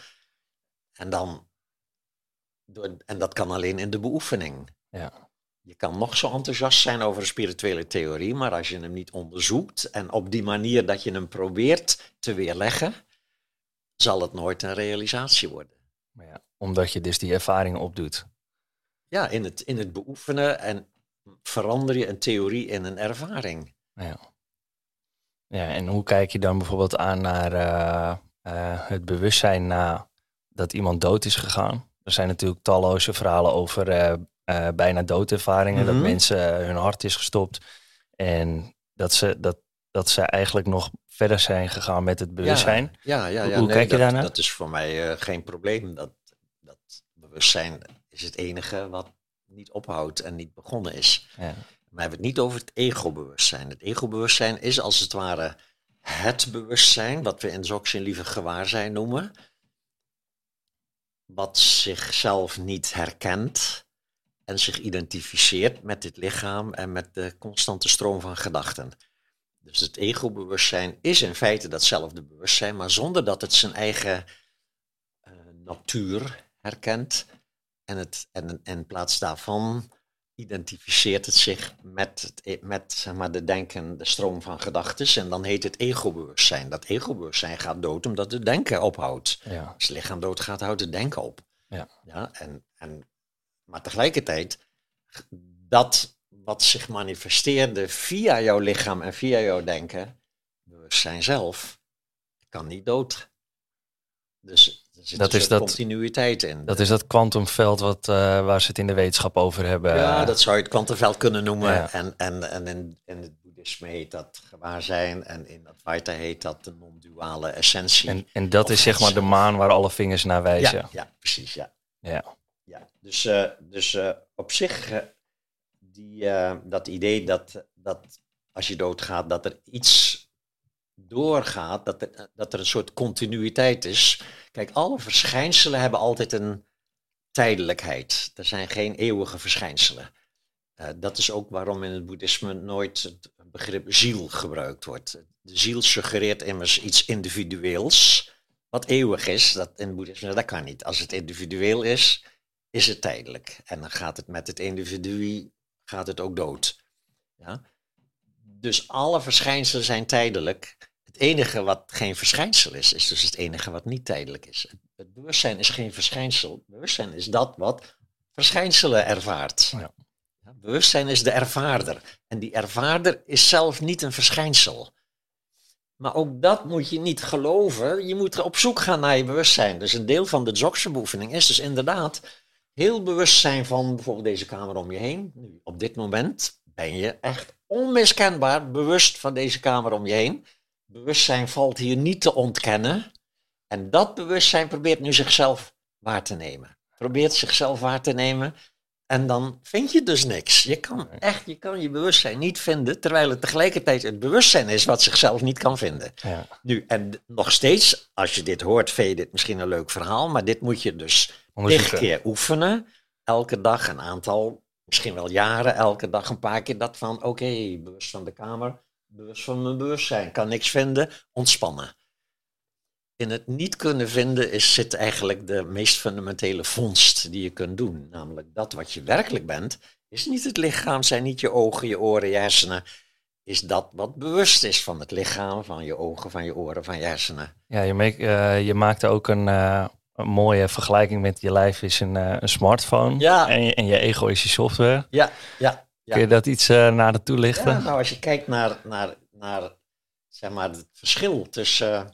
En dat kan alleen in de beoefening. Ja. Je kan nog zo enthousiast zijn over een spirituele theorie, maar als je hem niet onderzoekt en op die manier dat je hem probeert te weerleggen, zal het nooit een realisatie worden. Maar ja, omdat je dus die ervaring opdoet. Ja, in het beoefenen en verander je een theorie in een ervaring. Ja. Ja, en hoe kijk je dan bijvoorbeeld aan naar het bewustzijn nadat iemand dood is gegaan? Er zijn natuurlijk talloze verhalen over bijna doodervaringen, dat mensen hun hart is gestopt en dat ze eigenlijk nog verder zijn gegaan met het bewustzijn. Hoe kijk je daarnaar? Dat is voor mij geen probleem. Dat bewustzijn is het enige wat niet ophoudt en niet begonnen is. Ja. Maar we hebben het niet over het ego-bewustzijn. Het ego-bewustzijn is als het ware het bewustzijn, wat we in Dzogchen liever gewaarzijn noemen, wat zichzelf niet herkent en zich identificeert met dit lichaam en met de constante stroom van gedachten. Dus het ego-bewustzijn is in feite datzelfde bewustzijn, maar zonder dat het zijn eigen natuur herkent. En in plaats daarvan identificeert het zich met zeg maar, de stroom van gedachten. En dan heet het ego-bewustzijn. Dat ego-bewustzijn gaat dood omdat het denken ophoudt. Ja. Als het lichaam doodgaat, houdt het denken op. Ja, maar tegelijkertijd, dat wat zich manifesteerde via jouw lichaam en via jouw denken, bewustzijn zelf, kan niet dood. Dus er zit een continuïteit in. Dat is dat kwantumveld waar ze het in de wetenschap over hebben. Ja, dat zou je het kwantumveld kunnen noemen. Ja. En in het boeddhisme heet dat gewaarzijn. En in Advaita heet dat de non-duale essentie. En dat is zeg maar de maan waar alle vingers naar wijzen. Ja, precies, ja. Dus op zich, dat idee dat als je doodgaat, dat er iets doorgaat, dat er een soort continuïteit is. Kijk, alle verschijnselen hebben altijd een tijdelijkheid. Er zijn geen eeuwige verschijnselen. Dat is ook waarom in het boeddhisme nooit het begrip ziel gebruikt wordt. De ziel suggereert immers iets individueels, wat eeuwig is. Dat in het boeddhisme, dat kan niet. Als het individueel is het tijdelijk. En dan gaat het met het individu ook dood. Ja? Dus alle verschijnselen zijn tijdelijk. Het enige wat geen verschijnsel is dus het enige wat niet tijdelijk is. Het bewustzijn is geen verschijnsel. Het bewustzijn is dat wat verschijnselen ervaart. Ja. Bewustzijn is de ervaarder. En die ervaarder is zelf niet een verschijnsel. Maar ook dat moet je niet geloven. Je moet op zoek gaan naar je bewustzijn. Dus een deel van de Dzogchen beoefening is dus inderdaad heel bewust zijn van bijvoorbeeld deze kamer om je heen. Nu, op dit moment ben je echt onmiskenbaar bewust van deze kamer om je heen. bewustzijn valt hier niet te ontkennen. En dat bewustzijn probeert nu zichzelf waar te nemen. Probeert zichzelf waar te nemen. En dan vind je dus niks. Je kan je bewustzijn niet vinden, terwijl het tegelijkertijd het bewustzijn is wat zichzelf niet kan vinden. Ja. Nu, en nog steeds, als je dit hoort, vind je dit misschien een leuk verhaal, maar dit moet je dus 10 keer oefenen. Elke dag een aantal, misschien wel jaren, elke dag een paar keer dat van, oké, bewust van de kamer, bewust van mijn bewustzijn, kan niks vinden, ontspannen. In het niet kunnen vinden zit eigenlijk de meest fundamentele vondst die je kunt doen. Namelijk dat wat je werkelijk bent, is niet het lichaam, zijn niet je ogen, je oren, je hersenen. Is dat wat bewust is van het lichaam, van je ogen, van je oren, van je hersenen. Ja, je maakte ook een mooie vergelijking met je lijf is een smartphone. Ja. En je ego is je software. Ja. Kun je dat iets nader toelichten? Ja, nou als je kijkt naar zeg maar, het verschil tussen...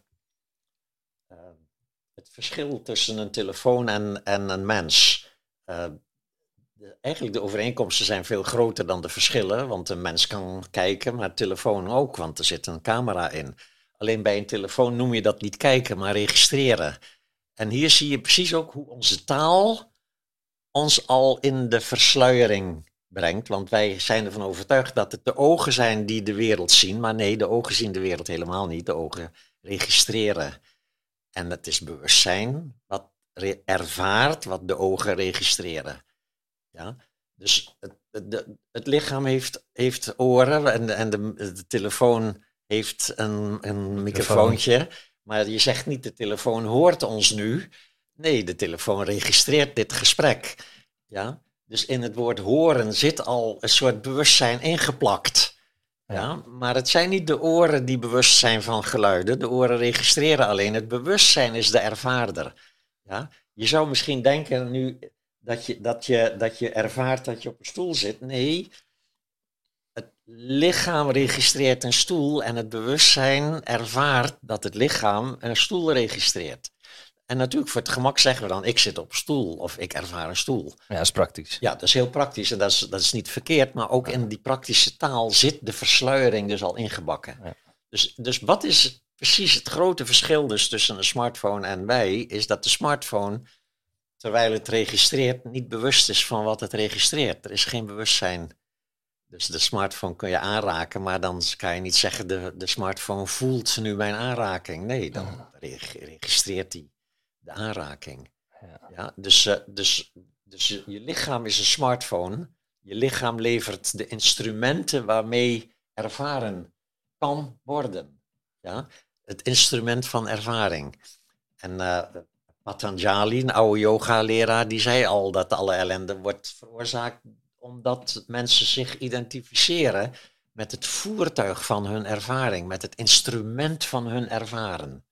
Het verschil tussen een telefoon en een mens. Eigenlijk de overeenkomsten zijn veel groter dan de verschillen. Want een mens kan kijken, maar een telefoon ook. Want er zit een camera in. Alleen bij een telefoon noem je dat niet kijken, maar registreren. En hier zie je precies ook hoe onze taal ons al in de versluiering brengt. Want wij zijn ervan overtuigd dat het de ogen zijn die de wereld zien. Maar nee, de ogen zien de wereld helemaal niet. De ogen registreren. En het is bewustzijn wat ervaart wat de ogen registreren. Ja? Dus het lichaam heeft oren en de telefoon heeft een microfoontje. Maar je zegt niet de telefoon hoort ons nu. Nee, de telefoon registreert dit gesprek. Ja? Dus in het woord horen zit al een soort bewustzijn ingeplakt. Ja, maar het zijn niet de oren die bewust zijn van geluiden. De oren registreren alleen. Het bewustzijn is de ervaarder. Ja? Je zou misschien denken nu dat je ervaart dat je op een stoel zit. Nee, het lichaam registreert een stoel en het bewustzijn ervaart dat het lichaam een stoel registreert. En natuurlijk voor het gemak zeggen we dan, ik zit op een stoel of ik ervaar een stoel. Ja, dat is praktisch. Ja, dat is heel praktisch en dat is niet verkeerd, maar ook in die praktische taal zit de versluiering dus al ingebakken. Ja. Dus wat is precies het grote verschil dus tussen een smartphone en wij, is dat de smartphone, terwijl het registreert, niet bewust is van wat het registreert. Er is geen bewustzijn. Dus de smartphone kun je aanraken, maar dan kan je niet zeggen, de smartphone voelt nu mijn aanraking. Nee, dan registreert hij de aanraking. Ja, dus je lichaam is een smartphone. Je lichaam levert de instrumenten waarmee ervaren kan worden. Ja? Het instrument van ervaring. En Patanjali, een oude yoga-leraar, die zei al dat alle ellende wordt veroorzaakt omdat mensen zich identificeren met het voertuig van hun ervaring, met het instrument van hun ervaren.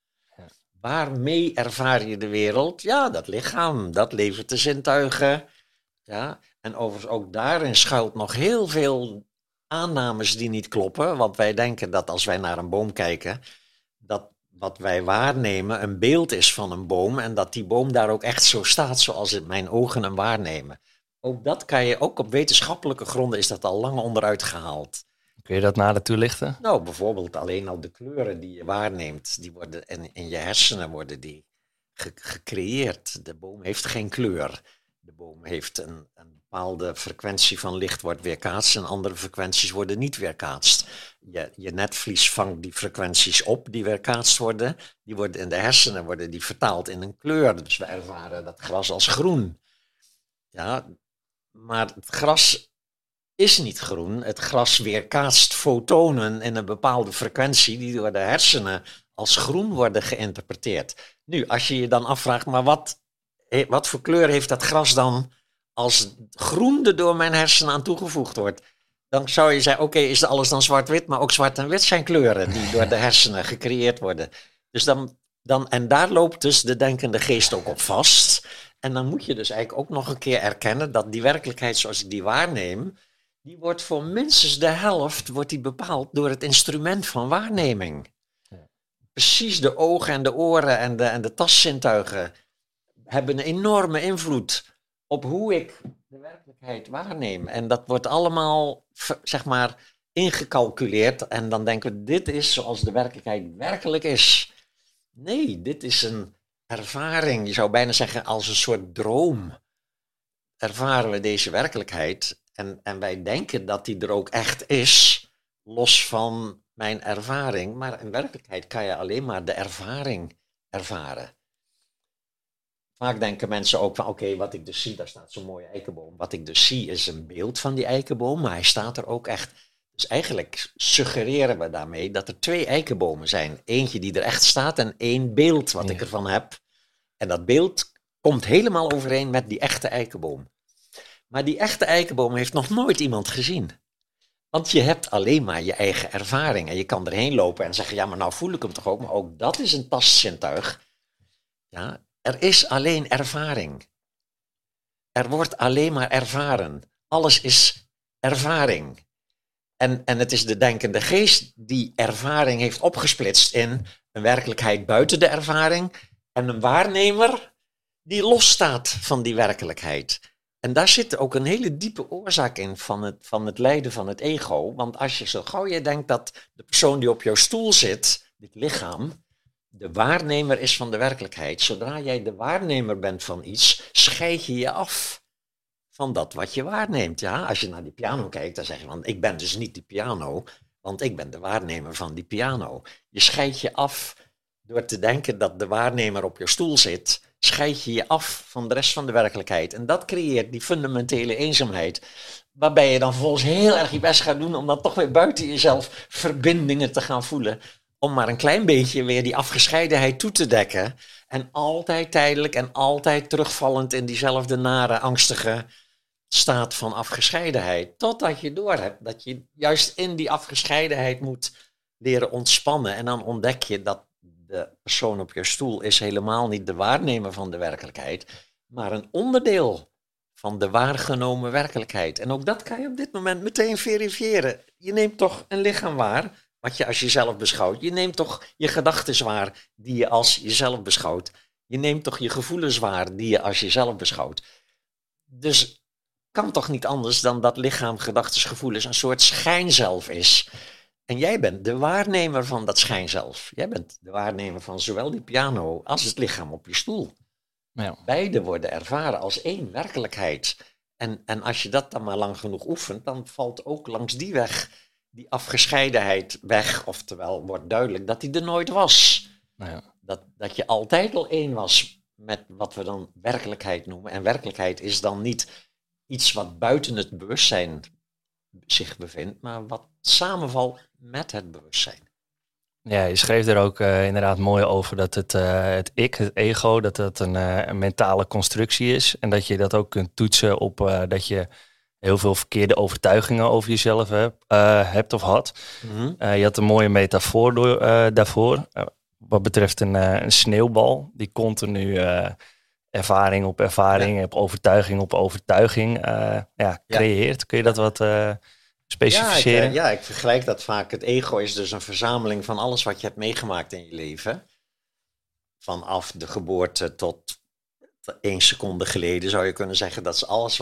Waarmee ervaar je de wereld? Ja, dat lichaam, dat levert de zintuigen. Ja? En overigens ook daarin schuilt nog heel veel aannames die niet kloppen. Want wij denken dat als wij naar een boom kijken, dat wat wij waarnemen een beeld is van een boom. En dat die boom daar ook echt zo staat zoals mijn ogen hem waarnemen. Ook dat kan je, ook op wetenschappelijke gronden is dat al lang onderuit gehaald. Kun je dat nader toelichten? Nou, bijvoorbeeld alleen al de kleuren die je waarneemt, die worden in je hersenen worden die gecreëerd. De boom heeft geen kleur. De boom heeft een bepaalde frequentie van licht wordt weerkaatst en andere frequenties worden niet weerkaatst. Je netvlies vangt die frequenties op die weerkaatst worden. Die worden in de hersenen worden die vertaald in een kleur. Dus we ervaren dat gras als groen. Ja, maar het gras is niet groen. Het gras weerkaatst fotonen in een bepaalde frequentie die door de hersenen als groen worden geïnterpreteerd. Nu, als je je dan afvraagt, maar wat voor kleur heeft dat gras dan als groen er door mijn hersenen aan toegevoegd wordt? Dan zou je zeggen, oké, is alles dan zwart-wit? Maar ook zwart en wit zijn kleuren die door de hersenen gecreëerd worden. Dus en daar loopt dus de denkende geest ook op vast. En dan moet je dus eigenlijk ook nog een keer erkennen dat die werkelijkheid zoals ik die waarneem, die wordt voor minstens de helft bepaald door het instrument van waarneming. Ja. Precies de ogen en de oren en de tastzintuigen hebben een enorme invloed op hoe ik de werkelijkheid waarneem. En dat wordt allemaal, zeg maar, ingecalculeerd en dan denken we, dit is zoals de werkelijkheid werkelijk is. Nee, dit is een ervaring. Je zou bijna zeggen als een soort droom. Ervaren we deze werkelijkheid en wij denken dat die er ook echt is, los van mijn ervaring. Maar in werkelijkheid kan je alleen maar de ervaring ervaren. Vaak denken mensen ook van, oké, wat ik dus zie, daar staat zo'n mooie eikenboom. Wat ik dus zie is een beeld van die eikenboom, maar hij staat er ook echt. Dus eigenlijk suggereren we daarmee dat er 2 eikenbomen zijn. Eentje die er echt staat en 1 beeld wat ik ervan heb. En dat beeld komt helemaal overeen met die echte eikenboom. Maar die echte eikenboom heeft nog nooit iemand gezien. Want je hebt alleen maar je eigen ervaring. En je kan erheen lopen en zeggen, ja, maar nou voel ik hem toch ook. Maar ook dat is een tastzintuig. Ja, er is alleen ervaring. Er wordt alleen maar ervaren. Alles is ervaring. En het is de denkende geest die ervaring heeft opgesplitst in een werkelijkheid buiten de ervaring en een waarnemer die losstaat van die werkelijkheid. En daar zit ook een hele diepe oorzaak in van het lijden van het ego. Want als je zo gauw je denkt dat de persoon die op jouw stoel zit, dit lichaam, de waarnemer is van de werkelijkheid. Zodra jij de waarnemer bent van iets, scheid je je af van dat wat je waarneemt. Ja, als je naar die piano kijkt, dan zeg je van, ik ben dus niet die piano, want ik ben de waarnemer van die piano. Je scheidt je af door te denken dat de waarnemer op je stoel zit, scheid je je af van de rest van de werkelijkheid. En dat creëert die fundamentele eenzaamheid, waarbij je dan vervolgens heel erg je best gaat doen om dan toch weer buiten jezelf verbindingen te gaan voelen, om maar een klein beetje weer die afgescheidenheid toe te dekken en altijd tijdelijk en altijd terugvallend in diezelfde nare, angstige staat van afgescheidenheid. Totdat je doorhebt dat je juist in die afgescheidenheid moet leren ontspannen. En dan ontdek je dat de persoon op je stoel is helemaal niet de waarnemer van de werkelijkheid, maar een onderdeel van de waargenomen werkelijkheid. En ook dat kan je op dit moment meteen verifiëren. Je neemt toch een lichaam waar, wat je als jezelf beschouwt. Je neemt toch je gedachten waar, die je als jezelf beschouwt. Je neemt toch je gevoelens waar, die je als jezelf beschouwt. Dus kan toch niet anders dan dat lichaam, gedachten, gevoelens een soort schijnzelf is. En jij bent de waarnemer van dat schijnzelf. Jij bent de waarnemer van zowel die piano als het lichaam op je stoel. Ja. Beide worden ervaren als één werkelijkheid. En als je dat dan maar lang genoeg oefent, dan valt ook langs die weg die afgescheidenheid weg. Oftewel wordt duidelijk dat die er nooit was. Ja. Dat je altijd al één was met wat we dan werkelijkheid noemen. En werkelijkheid is dan niet iets wat buiten het bewustzijn zich bevindt, maar wat samenvalt met het bewustzijn. Ja, je schreef er ook inderdaad mooi over dat het ik, het ego, dat een mentale constructie is. En dat je dat ook kunt toetsen op dat je heel veel verkeerde overtuigingen over jezelf hebt of had. Mm-hmm. Je had een mooie metafoor daarvoor. Wat betreft een sneeuwbal die continu ervaring op ervaring, op overtuiging op overtuiging creëert. Kun je dat wat specificeren? Ik vergelijk dat vaak. Het ego is dus een verzameling van alles wat je hebt meegemaakt in je leven. Vanaf de geboorte tot 1 seconde geleden zou je kunnen zeggen. Dat is alles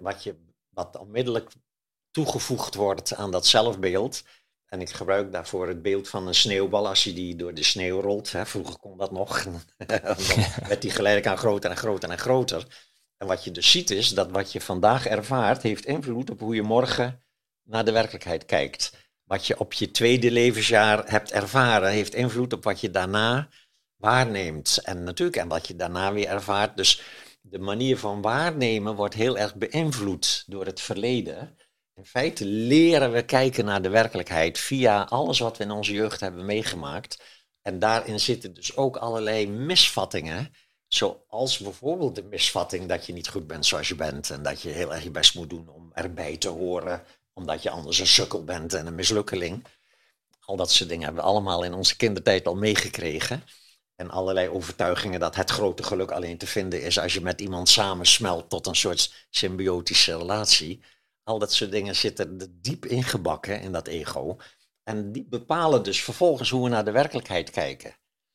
wat onmiddellijk toegevoegd wordt aan dat zelfbeeld. En ik gebruik daarvoor het beeld van een sneeuwbal als je die door de sneeuw rolt. Hè. Vroeger kon dat nog. Dan werd die geleidelijk aan groter en groter en groter. En wat je dus ziet is dat wat je vandaag ervaart heeft invloed op hoe je morgen naar de werkelijkheid kijkt. Wat je op je 2e levensjaar hebt ervaren heeft invloed op wat je daarna waarneemt. En natuurlijk, en wat je daarna weer ervaart. Dus de manier van waarnemen wordt heel erg beïnvloed door het verleden. In feite leren we kijken naar de werkelijkheid via alles wat we in onze jeugd hebben meegemaakt. En daarin zitten dus ook allerlei misvattingen. Zoals bijvoorbeeld de misvatting dat je niet goed bent zoals je bent. En dat je heel erg je best moet doen om erbij te horen. Omdat je anders een sukkel bent en een mislukkeling. Al dat soort dingen hebben we allemaal in onze kindertijd al meegekregen. En allerlei overtuigingen dat het grote geluk alleen te vinden is als je met iemand samensmelt tot een soort symbiotische relatie. Al dat soort dingen zitten er diep ingebakken in dat ego. En die bepalen dus vervolgens hoe we naar de werkelijkheid kijken.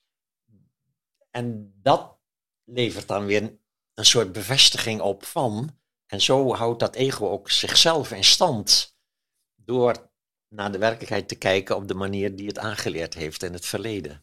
En dat levert dan weer een soort bevestiging op van. En zo houdt dat ego ook zichzelf in stand. Door naar de werkelijkheid te kijken op de manier die het aangeleerd heeft in het verleden.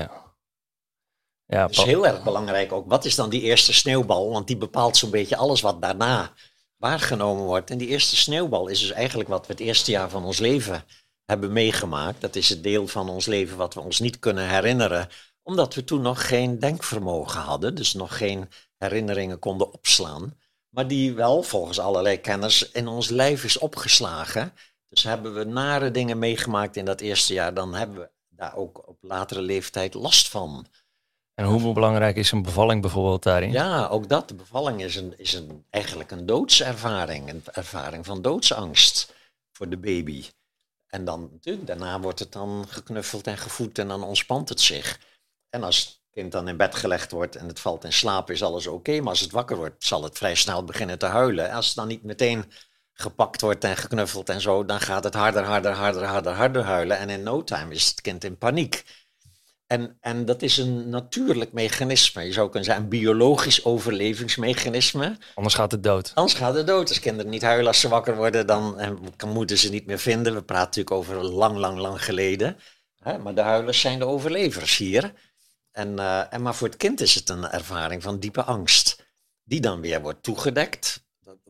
Ja, dus heel erg belangrijk ook, wat is dan die eerste sneeuwbal? Want die bepaalt zo'n beetje alles wat daarna waargenomen wordt. En die eerste sneeuwbal is dus eigenlijk wat we het eerste jaar van ons leven hebben meegemaakt. Dat is het deel van ons leven wat we ons niet kunnen herinneren, omdat we toen nog geen denkvermogen hadden, dus nog geen herinneringen konden opslaan. Maar die wel, volgens allerlei kenners, in ons lijf is opgeslagen. Dus hebben we nare dingen meegemaakt in dat eerste jaar, dan hebben we daar ook op latere leeftijd last van. En hoe belangrijk is een bevalling bijvoorbeeld daarin? Ja, ook dat. De bevalling is eigenlijk een doodservaring. Een ervaring van doodsangst voor de baby. En dan natuurlijk, daarna wordt het dan geknuffeld en gevoed en dan ontspant het zich. En als het kind dan in bed gelegd wordt en het valt in slaap, is alles oké. Maar als het wakker wordt, zal het vrij snel beginnen te huilen. En als het dan niet meteen gepakt wordt en geknuffeld en zo, dan gaat het harder huilen. En in no time is het kind in paniek. En dat is een natuurlijk mechanisme. Je zou kunnen zeggen een biologisch overlevingsmechanisme. Anders gaat het dood. Anders gaat het dood. Als kinderen niet huilen als ze wakker worden, dan moeten ze niet meer vinden. We praten natuurlijk over lang geleden. Maar de huilers zijn de overlevers hier. Maar voor het kind is het een ervaring van diepe angst. Die dan weer wordt toegedekt.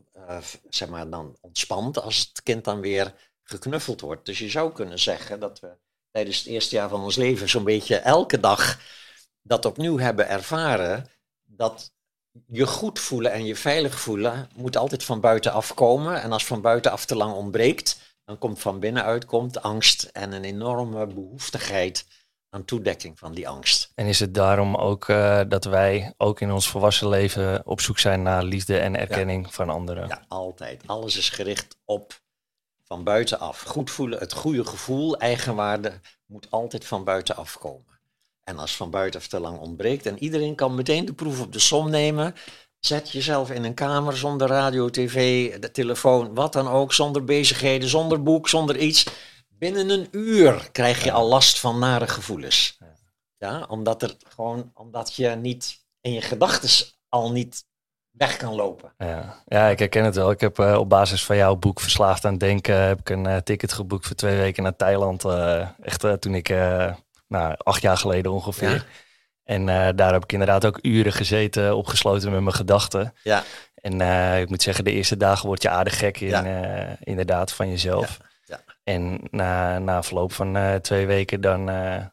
Dan ontspant als het kind dan weer geknuffeld wordt. Dus je zou kunnen zeggen dat we tijdens het eerste jaar van ons leven zo'n beetje elke dag dat opnieuw hebben ervaren, dat je goed voelen en je veilig voelen moet altijd van buitenaf komen. En als van buitenaf te lang ontbreekt, dan komt van binnenuit angst en een enorme behoeftigheid aan toedekking van die angst. En is het daarom ook dat wij ook in ons volwassen leven op zoek zijn naar liefde en erkenning van anderen? Ja, altijd. Alles is gericht op van buitenaf. Goed voelen, het goede gevoel, eigenwaarde moet altijd van buitenaf komen. En als van buitenaf te lang ontbreekt en iedereen kan meteen de proef op de som nemen, zet jezelf in een kamer zonder radio, tv, de telefoon, wat dan ook, zonder bezigheden, zonder boek, zonder iets. Binnen een uur krijg je al last van nare gevoelens. Ja, omdat je niet in je gedachten al niet weg kan lopen. Ja, ik herken het wel. Ik heb op basis van jouw boek Verslaafd aan Denken heb ik een ticket geboekt voor 2 weken naar Thailand. Toen ik 8 jaar geleden ongeveer. Ja. En daar heb ik inderdaad ook uren gezeten, opgesloten met mijn gedachten. Ja. En ik moet zeggen, de eerste dagen word je aardig gek inderdaad van jezelf. Ja. En na verloop van 2 weken dan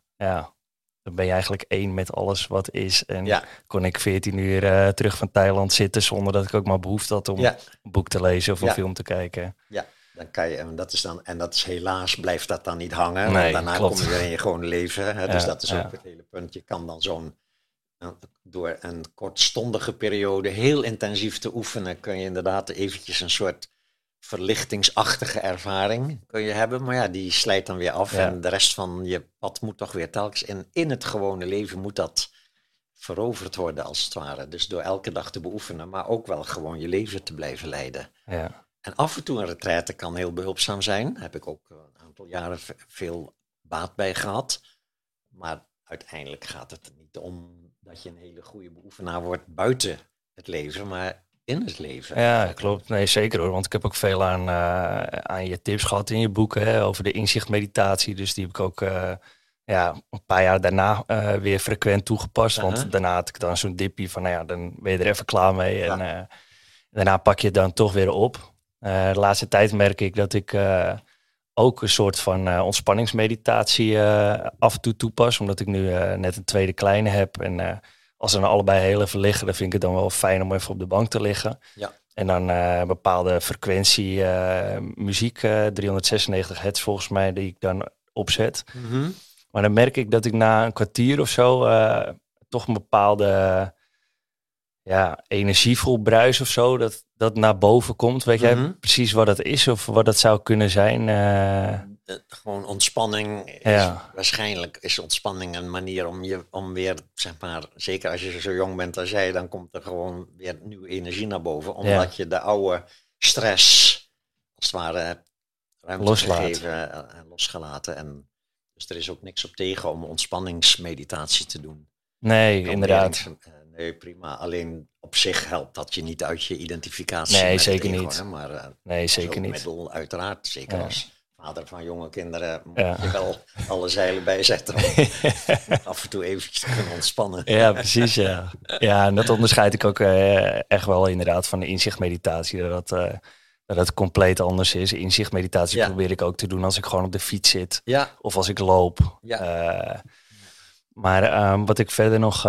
ben je eigenlijk één met alles wat is. En kon ik 14 uur terug van Thailand zitten zonder dat ik ook maar behoefte had om een boek te lezen of een film te kijken. Ja, dan kan je, en dat is helaas, blijft dat dan niet hangen. Nee, daarna klopt. kom je weer in je gewone leven. Hè? Dus dat is ook het hele punt. Je kan dan door een kortstondige periode heel intensief te oefenen, kun je inderdaad eventjes een soort verlichtingsachtige ervaring kun je hebben. Maar ja, die slijt dan weer af. Ja. En de rest van je pad moet toch weer telkens in het gewone leven moet dat veroverd worden als het ware. Dus door elke dag te beoefenen, maar ook wel gewoon je leven te blijven leiden. Ja. En af en toe een retraite kan heel behulpzaam zijn. Daar heb ik ook een aantal jaren veel baat bij gehad. Maar uiteindelijk gaat het er niet om dat je een hele goede beoefenaar wordt buiten het leven, maar in het leven. Ja, klopt. Nee, zeker hoor. Want ik heb ook veel aan je tips gehad in je boeken over de inzichtmeditatie. Dus die heb ik ook een paar jaar daarna weer frequent toegepast. Want daarna had ik dan zo'n dippie van, dan ben je er even klaar mee. Ja. En daarna pak je het dan toch weer op. De laatste tijd merk ik dat ik ook een soort van ontspanningsmeditatie af en toe toepas. Omdat ik nu net een tweede kleine heb. En als ze dan allebei heel even liggen, dan vind ik het dan wel fijn om even op de bank te liggen. Ja. En dan een bepaalde frequentie muziek, 396 hertz volgens mij, die ik dan opzet. Mm-hmm. Maar dan merk ik dat ik na een kwartier of zo toch een bepaalde energievol bruis of zo, dat naar boven komt. Weet jij precies wat dat is of wat dat zou kunnen zijn? Gewoon ontspanning. Waarschijnlijk is ontspanning een manier om weer, zeg maar, zeker als je zo jong bent als jij, dan komt er gewoon weer nieuwe energie naar boven. Omdat je de oude stress, als het ware, hebt ruimte gegeven en losgelaten. En dus er is ook niks op tegen om ontspanningsmeditatie te doen. Nee, inderdaad. Nee, prima. Alleen op zich helpt dat je niet uit je identificatie. Nee, zeker ego, niet. Hè? Maar nee, zeker niet. Middel uiteraard, zeker als vader van jonge kinderen moet je wel alle zeilen bijzetten om af en toe eventjes te kunnen ontspannen. Ja, precies, ja. Ja, en dat onderscheid ik ook echt wel inderdaad van de inzichtmeditatie. Dat het compleet anders is. Inzichtmeditatie probeer ik ook te doen als ik gewoon op de fiets zit. Ja. Of als ik loop. Ja. Maar wat ik verder nog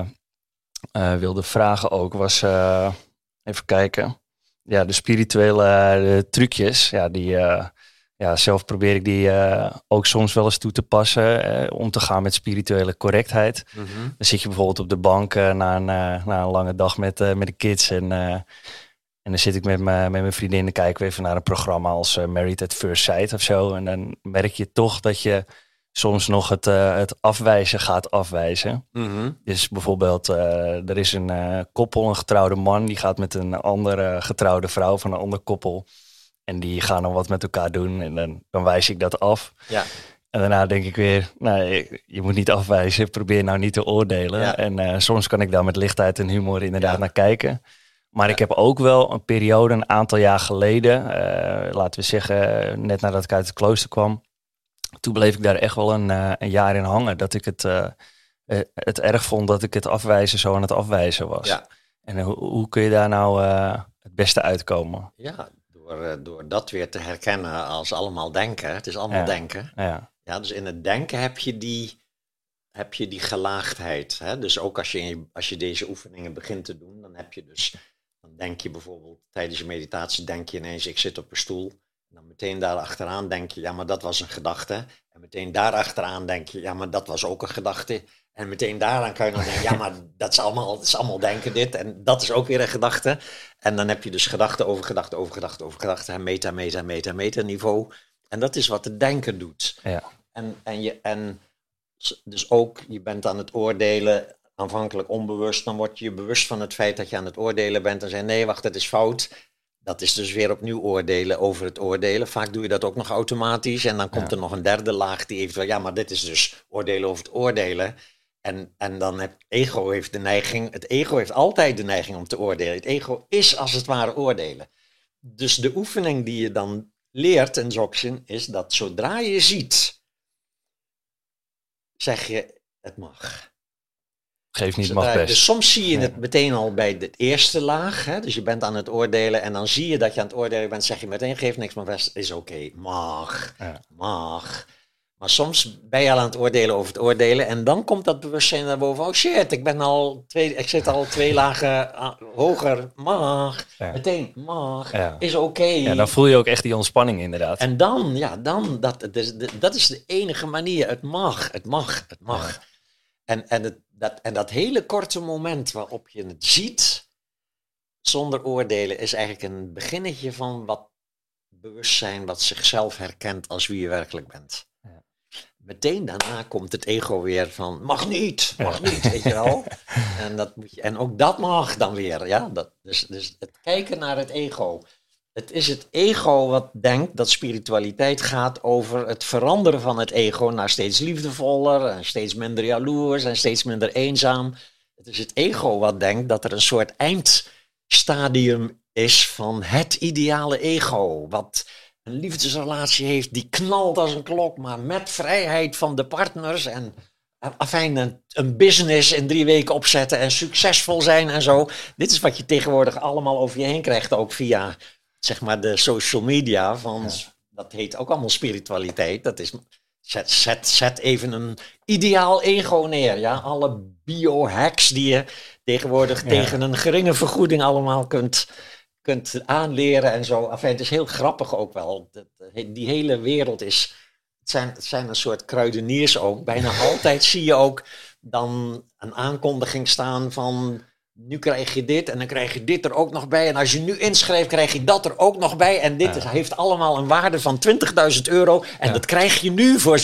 wilde vragen ook was... even kijken. Ja, de spirituele trucjes. Ja, die... zelf probeer ik die ook soms wel eens toe te passen. Om te gaan met spirituele correctheid. Mm-hmm. Dan zit je bijvoorbeeld op de bank na een lange dag met de kids. En dan zit ik met mijn vriendinnen, kijken we even naar een programma als Married at First Sight of zo. En dan merk je toch dat je soms nog het afwijzen gaat afwijzen. Mm-hmm. Dus bijvoorbeeld, er is een koppel, een getrouwde man. Die gaat met een andere getrouwde vrouw van een ander koppel. En die gaan dan wat met elkaar doen en dan wijs ik dat af. Ja. En daarna denk ik weer, je moet niet afwijzen, probeer nou niet te oordelen. Ja. En soms kan ik daar met lichtheid en humor inderdaad naar kijken. Maar ik heb ook wel een periode, een aantal jaar geleden, laten we zeggen, net nadat ik uit het klooster kwam. Toen bleef ik daar echt wel een jaar in hangen, dat ik het erg vond dat ik het afwijzen zo aan het afwijzen was. Ja. En hoe kun je daar nou het beste uitkomen? Ja, door dat weer te herkennen als allemaal denken. Het is allemaal denken. Ja. Ja, dus in het denken heb je die gelaagdheid. Hè? Dus ook als je deze oefeningen begint te doen, dan denk je bijvoorbeeld tijdens je meditatie, denk je ineens, ik zit op een stoel. En dan meteen daar achteraan denk je, ja, maar dat was een gedachte. En meteen daar achteraan denk je, ja, maar dat was ook een gedachte. En meteen daaraan kan je dan denken, ja, maar dat is allemaal denken dit. En dat is ook weer een gedachte. En dan heb je dus gedachte over gedachte over gedachte over gedachte. En meta niveau. En dat is wat het denken doet. Ja. En dus ook, je bent aan het oordelen, aanvankelijk onbewust. Dan word je bewust van het feit dat je aan het oordelen bent. En zeg nee, wacht, dat is fout. Dat is dus weer opnieuw oordelen over het oordelen. Vaak doe je dat ook nog automatisch. En dan komt er nog een derde laag die eventueel, ja, maar dit is dus oordelen over het oordelen. En dan het ego heeft altijd de neiging om te oordelen. Het ego is als het ware oordelen. Dus de oefening die je dan leert in Dzogchen is dat zodra je ziet, zeg je het mag. Geef niet, mag best. Dus soms zie je het meteen al bij de eerste laag. Hè? Dus je bent aan het oordelen en dan zie je dat je aan het oordelen bent. Zeg je meteen, geef niks maar best, is oké. Mag. Maar soms ben je al aan het oordelen over het oordelen. En dan komt dat bewustzijn naar boven. Oh shit, ik zit al 2 lagen hoger. Mag. Ja. Meteen, mag. Ja. Is oké. Ja, dan voel je ook echt die ontspanning inderdaad. En dat is de enige manier. Het mag. Ja. En dat hele korte moment waarop je het ziet, zonder oordelen, is eigenlijk een beginnetje van wat bewustzijn, wat zichzelf herkent als wie je werkelijk bent. Ja. Meteen daarna komt het ego weer van, mag niet, weet je wel. En ook dat mag dan weer, ja. Dus het kijken naar het ego. Het is het ego wat denkt dat spiritualiteit gaat over het veranderen van het ego naar steeds liefdevoller en steeds minder jaloers en steeds minder eenzaam. Het is het ego wat denkt dat er een soort eindstadium is van het ideale ego. Wat een liefdesrelatie heeft die knalt als een klok, maar met vrijheid van de partners en een business in 3 weken opzetten en succesvol zijn en zo. Dit is wat je tegenwoordig allemaal over je heen krijgt, ook via, zeg maar, de social media. Dat heet ook allemaal spiritualiteit. Dat is, zet even een ideaal ego neer. Ja? Alle biohacks die je tegenwoordig tegen een geringe vergoeding allemaal kunt aanleren en zo. Enfin, het is heel grappig ook wel. Die hele wereld is, het zijn een soort kruideniers ook. Bijna altijd zie je ook dan een aankondiging staan van, nu krijg je dit en dan krijg je dit er ook nog bij. En als je nu inschrijft, krijg je dat er ook nog bij. En dit heeft allemaal een waarde van €20.000. En dat krijg je nu voor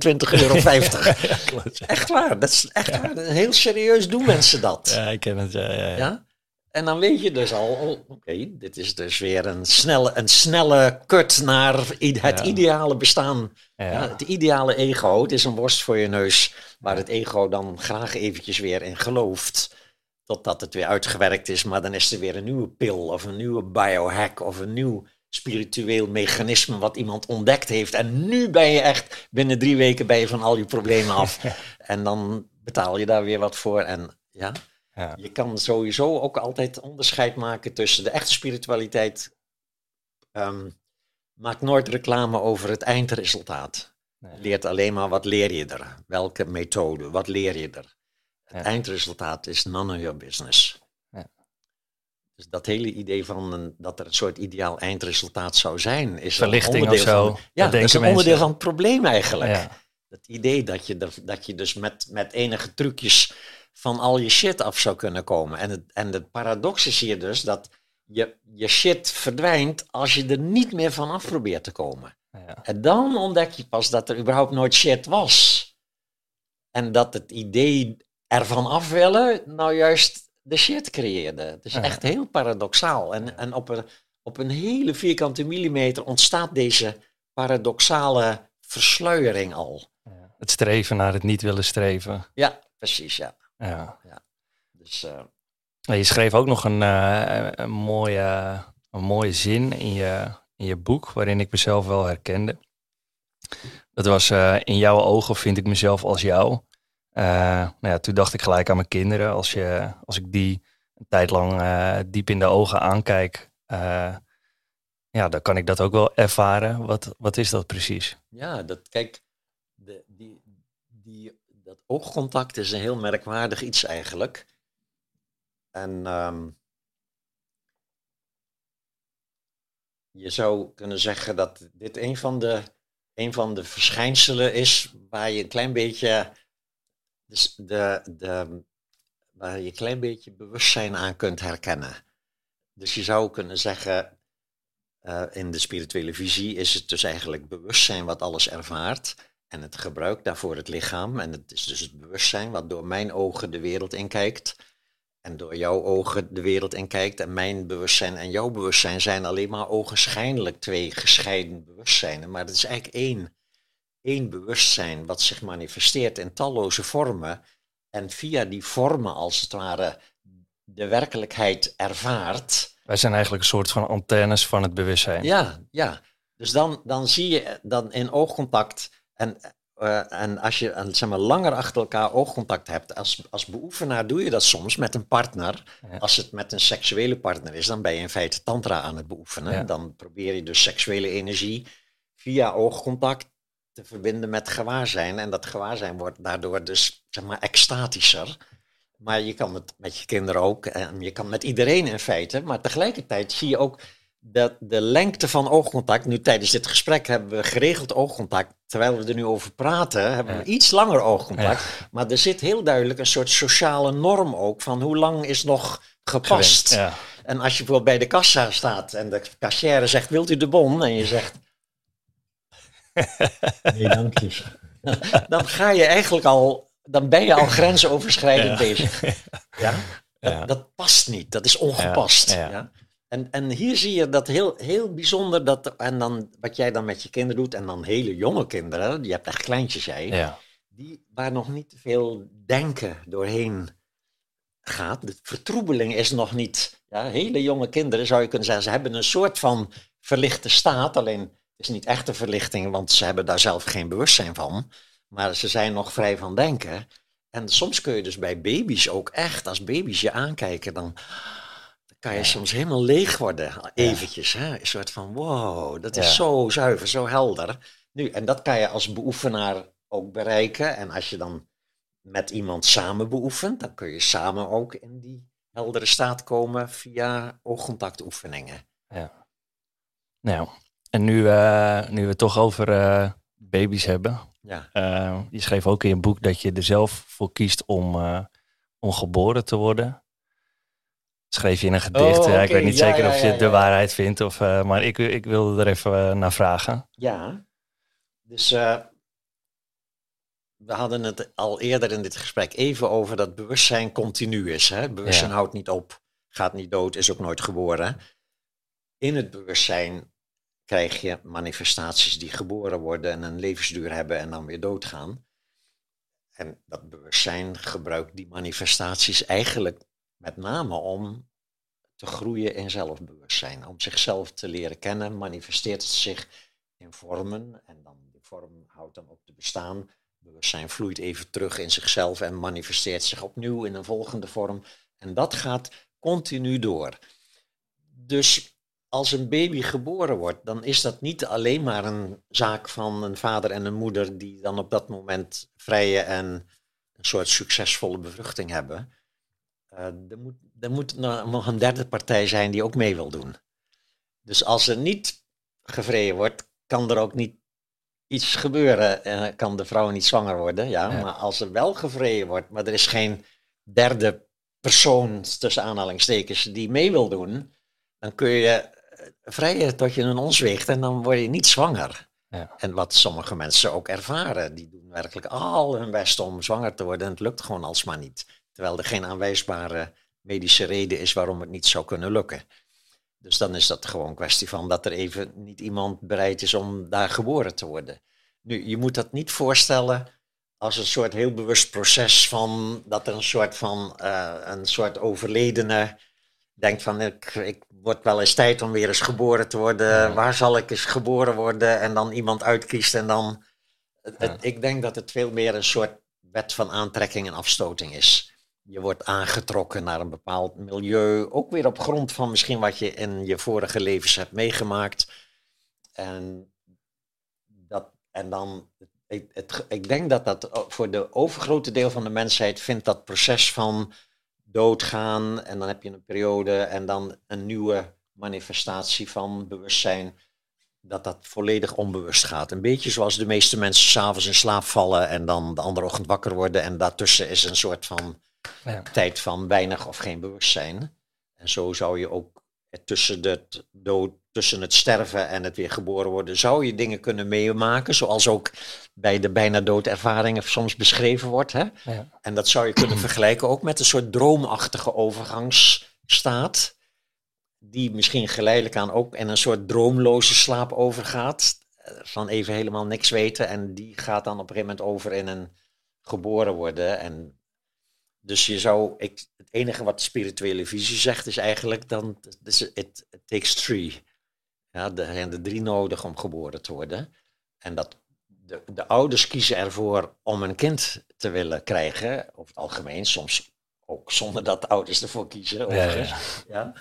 €27,50. Echt waar, dat is echt waar. Heel serieus doen mensen dat. Ja, ik ken het, ja. En dan weet je dus al, oké, dit is dus weer een snelle cut naar het ideale bestaan. Ja. Ja, het ideale ego, het is een worst voor je neus, waar het ego dan graag eventjes weer in gelooft. Totdat het weer uitgewerkt is, maar dan is er weer een nieuwe pil of een nieuwe biohack of een nieuw spiritueel mechanisme wat iemand ontdekt heeft. En nu ben je echt, binnen 3 weken ben je van al je problemen af. En dan betaal je daar weer wat voor. En je kan sowieso ook altijd onderscheid maken tussen de echte spiritualiteit. Maak nooit reclame over het eindresultaat. Nee. Leert alleen maar wat leer je er. Welke methode, wat leer je er. Het eindresultaat is none of your business. Ja. Dus dat hele idee van dat er een soort ideaal eindresultaat zou zijn, is verlichting een onderdeel of zo. Dat is een onderdeel van het probleem eigenlijk. Ja. Het idee dat je dus met enige trucjes van al je shit af zou kunnen komen. En het paradox is hier dus dat je shit verdwijnt als je er niet meer van af probeert te komen. Ja. En dan ontdek je pas dat er überhaupt nooit shit was. En dat het idee ervan af willen nou juist de shit creëerde. Het is echt heel paradoxaal. En op een hele vierkante millimeter ontstaat deze paradoxale versluiering al. Ja. Het streven naar het niet willen streven. Ja, precies, ja. Dus, je schreef ook nog een mooie zin in je boek, waarin ik mezelf wel herkende. Dat was, in jouw ogen vind ik mezelf als jou. Toen dacht ik gelijk aan mijn kinderen. Als ik die een tijd lang diep in de ogen aankijk, dan kan ik dat ook wel ervaren. Wat is dat precies? Ja, kijk, dat oogcontact is een heel merkwaardig iets eigenlijk. En je zou kunnen zeggen dat dit een van de verschijnselen is waar je een klein beetje waar je een klein beetje bewustzijn aan kunt herkennen. Dus je zou kunnen zeggen, in de spirituele visie is het dus eigenlijk bewustzijn wat alles ervaart en het gebruikt daarvoor het lichaam. En het is dus het bewustzijn wat door mijn ogen de wereld inkijkt en door jouw ogen de wereld inkijkt. En mijn bewustzijn en jouw bewustzijn zijn alleen maar ogenschijnlijk 2 gescheiden bewustzijnen. Maar het is eigenlijk één bewustzijn wat zich manifesteert in talloze vormen. En via die vormen als het ware de werkelijkheid ervaart. Wij zijn eigenlijk een soort van antennes van het bewustzijn. Ja. Dus dan zie je dan in oogcontact en als je zeg maar, langer achter elkaar oogcontact hebt, als beoefenaar doe je dat soms met een partner. Ja. Als het met een seksuele partner is, dan ben je in feite tantra aan het beoefenen. Ja. Dan probeer je dus seksuele energie via oogcontact te verbinden met gewaarzijn. En dat gewaarzijn wordt daardoor dus zeg maar extatischer. Maar je kan het met je kinderen ook en je kan met iedereen in feite. Maar tegelijkertijd zie je ook dat de lengte van oogcontact, nu tijdens dit gesprek hebben we geregeld oogcontact, terwijl we er nu over praten, hebben we iets langer oogcontact. Ja. Maar er zit heel duidelijk een soort sociale norm ook, van hoe lang is nog gepast. Ja. En als je bijvoorbeeld bij de kassa staat en de kassière zegt, wilt u de bon? En je zegt, nee, dank je. Dan ga je eigenlijk dan ben je al grensoverschrijdend bezig. Ja? Dat past niet, dat is ongepast. Ja? En hier zie je dat heel bijzonder, en dan wat jij dan met je kinderen doet, en dan hele jonge kinderen, je hebt echt kleintjes jij, waar nog niet te veel denken doorheen gaat. De vertroebeling is nog niet, hele jonge kinderen zou je kunnen zeggen, ze hebben een soort van verlichte staat, alleen het is niet echte verlichting, want ze hebben daar zelf geen bewustzijn van, maar ze zijn nog vrij van denken. En soms kun je dus bij baby's ook echt, als baby's je aankijken, dan kan je soms helemaal leeg worden, eventjes. Hè? Een soort van, wow, dat is zo zuiver, zo helder. Nu, en dat kan je als beoefenaar ook bereiken. En als je dan met iemand samen beoefent, dan kun je samen ook in die heldere staat komen via oogcontactoefeningen. Ja. Nou, en nu we het toch over baby's hebben. Ja. Je schreef ook in je boek dat je er zelf voor kiest om geboren te worden. Schreef je in een gedicht. Okay. Ik weet niet zeker of je het de waarheid vindt. Maar ik wilde er even naar vragen. Ja, dus we hadden het al eerder in dit gesprek even over dat bewustzijn continu is. Hè? Bewustzijn houdt niet op, gaat niet dood, is ook nooit geboren. In het bewustzijn krijg je manifestaties die geboren worden en een levensduur hebben en dan weer doodgaan. En dat bewustzijn gebruikt die manifestaties eigenlijk met name om te groeien in zelfbewustzijn. Om zichzelf te leren kennen, manifesteert het zich in vormen. En dan die vorm houdt dan op te bestaan. Bewustzijn vloeit even terug in zichzelf en manifesteert zich opnieuw in een volgende vorm. En dat gaat continu door. Dus als een baby geboren wordt, dan is dat niet alleen maar een zaak van een vader en een moeder die dan op dat moment vrije en een soort succesvolle bevruchting hebben. Er moet nog een derde partij zijn die ook mee wil doen. Dus als er niet gevreden wordt, kan er ook niet iets gebeuren. Kan de vrouw niet zwanger worden, ja. Maar als er wel gevreden wordt, maar er is geen derde persoon, tussen aanhalingstekens, die mee wil doen, dan kun je vrijen tot je een ons weegt en dan word je niet zwanger. Ja. En wat sommige mensen ook ervaren, die doen werkelijk al hun best om zwanger te worden en het lukt gewoon alsmaar niet. Terwijl er geen aanwijsbare medische reden is waarom het niet zou kunnen lukken. Dus dan is dat gewoon een kwestie van dat er even niet iemand bereid is om daar geboren te worden. Nu, je moet dat niet voorstellen als een soort heel bewust proces van dat er een soort overledene denkt van ik word wel eens tijd om weer eens geboren te worden. Ja. Waar zal ik eens geboren worden? En dan iemand uitkiest en dan... Ik denk dat het veel meer een soort wet van aantrekking en afstoting is. Je wordt aangetrokken naar een bepaald milieu. Ook weer op grond van misschien wat je in je vorige levens hebt meegemaakt. Ik denk dat voor de overgrote deel van de mensheid vindt dat proces van doodgaan en dan heb je een periode en dan een nieuwe manifestatie van bewustzijn, dat volledig onbewust gaat. Een beetje zoals de meeste mensen 's avonds in slaap vallen en dan de andere ochtend wakker worden en daartussen is een soort van tijd van weinig of geen bewustzijn. En zo zou je ook tussen het sterven en het weer geboren worden, zou je dingen kunnen meemaken, zoals ook bij de bijna doodervaringen soms beschreven wordt. Hè? Ja. En dat zou je kunnen vergelijken ook met een soort droomachtige overgangsstaat, die misschien geleidelijk aan ook in een soort droomloze slaap overgaat, van even helemaal niks weten, en die gaat dan op een gegeven moment over in een geboren worden. En dus het enige wat de spirituele visie zegt is eigenlijk dan, it takes 3. Ja, er zijn er 3 nodig om geboren te worden. En dat de ouders kiezen ervoor om een kind te willen krijgen, over het algemeen, soms ook zonder dat de ouders ervoor kiezen. Ja.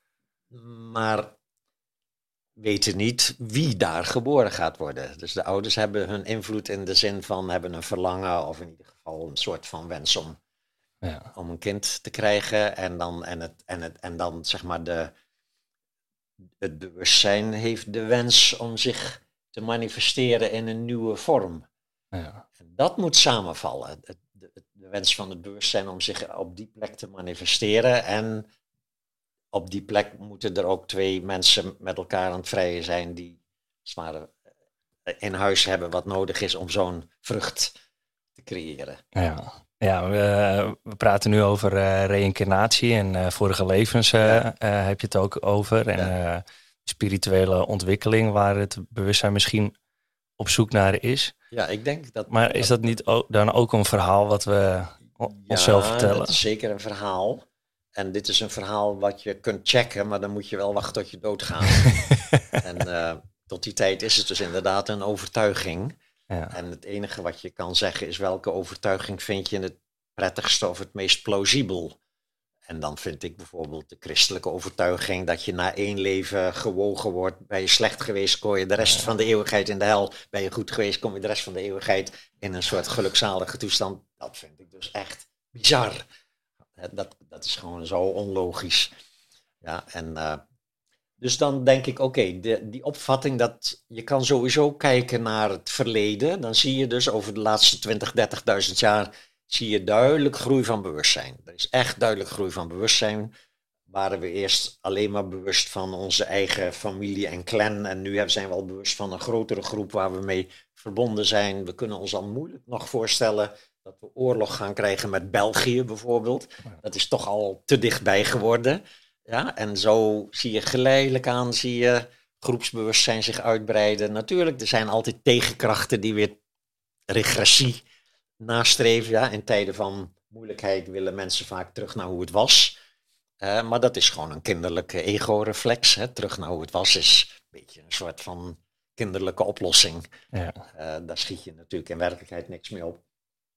Maar weten niet wie daar geboren gaat worden. Dus de ouders hebben hun invloed in de zin van hebben een verlangen of in ieder geval een soort van wens om een kind te krijgen. En dan zeg maar het bewustzijn heeft de wens om zich te manifesteren in een nieuwe vorm. Ja. En dat moet samenvallen. De wens van het bewustzijn om zich op die plek te manifesteren. En op die plek moeten er ook 2 mensen met elkaar aan het vrijen zijn die in huis hebben wat nodig is om zo'n vrucht te creëren. Ja, we praten nu over reïncarnatie en vorige levens heb je het ook over. En spirituele ontwikkeling waar het bewustzijn misschien op zoek naar is. Ja, ik denk dat... Maar is dat niet dan ook een verhaal wat we onszelf vertellen? Ja, dat is zeker een verhaal. En dit is een verhaal wat je kunt checken, maar dan moet je wel wachten tot je doodgaat. En tot die tijd is het dus inderdaad een overtuiging. Ja. En het enige wat je kan zeggen is welke overtuiging vind je het prettigste of het meest plausibel. En dan vind ik bijvoorbeeld de christelijke overtuiging dat je na 1 leven gewogen wordt. Ben je slecht geweest, kom je de rest van de eeuwigheid in de hel. Ben je goed geweest, kom je de rest van de eeuwigheid in een soort gelukzalige toestand. Dat vind ik dus echt bizar. Dat is gewoon zo onlogisch. Ja, en dus dan denk ik, oké, die opvatting dat je kan sowieso kijken naar het verleden. Dan zie je dus over de laatste 20, 30.000 jaar zie je duidelijk groei van bewustzijn. Er is echt duidelijk groei van bewustzijn. Waren we eerst alleen maar bewust van onze eigen familie en clan. En nu zijn we al bewust van een grotere groep waar we mee verbonden zijn. We kunnen ons al moeilijk nog voorstellen dat we oorlog gaan krijgen met België bijvoorbeeld. Dat is toch al te dichtbij geworden. Ja, en zo zie je geleidelijk aan groepsbewustzijn zich uitbreiden. Natuurlijk, er zijn altijd tegenkrachten die weer regressie nastreven. Ja. In tijden van moeilijkheid willen mensen vaak terug naar hoe het was. Maar dat is gewoon een kinderlijke ego-reflex. Terug naar hoe het was is een beetje een soort van kinderlijke oplossing. Ja. Daar schiet je natuurlijk in werkelijkheid niks mee op.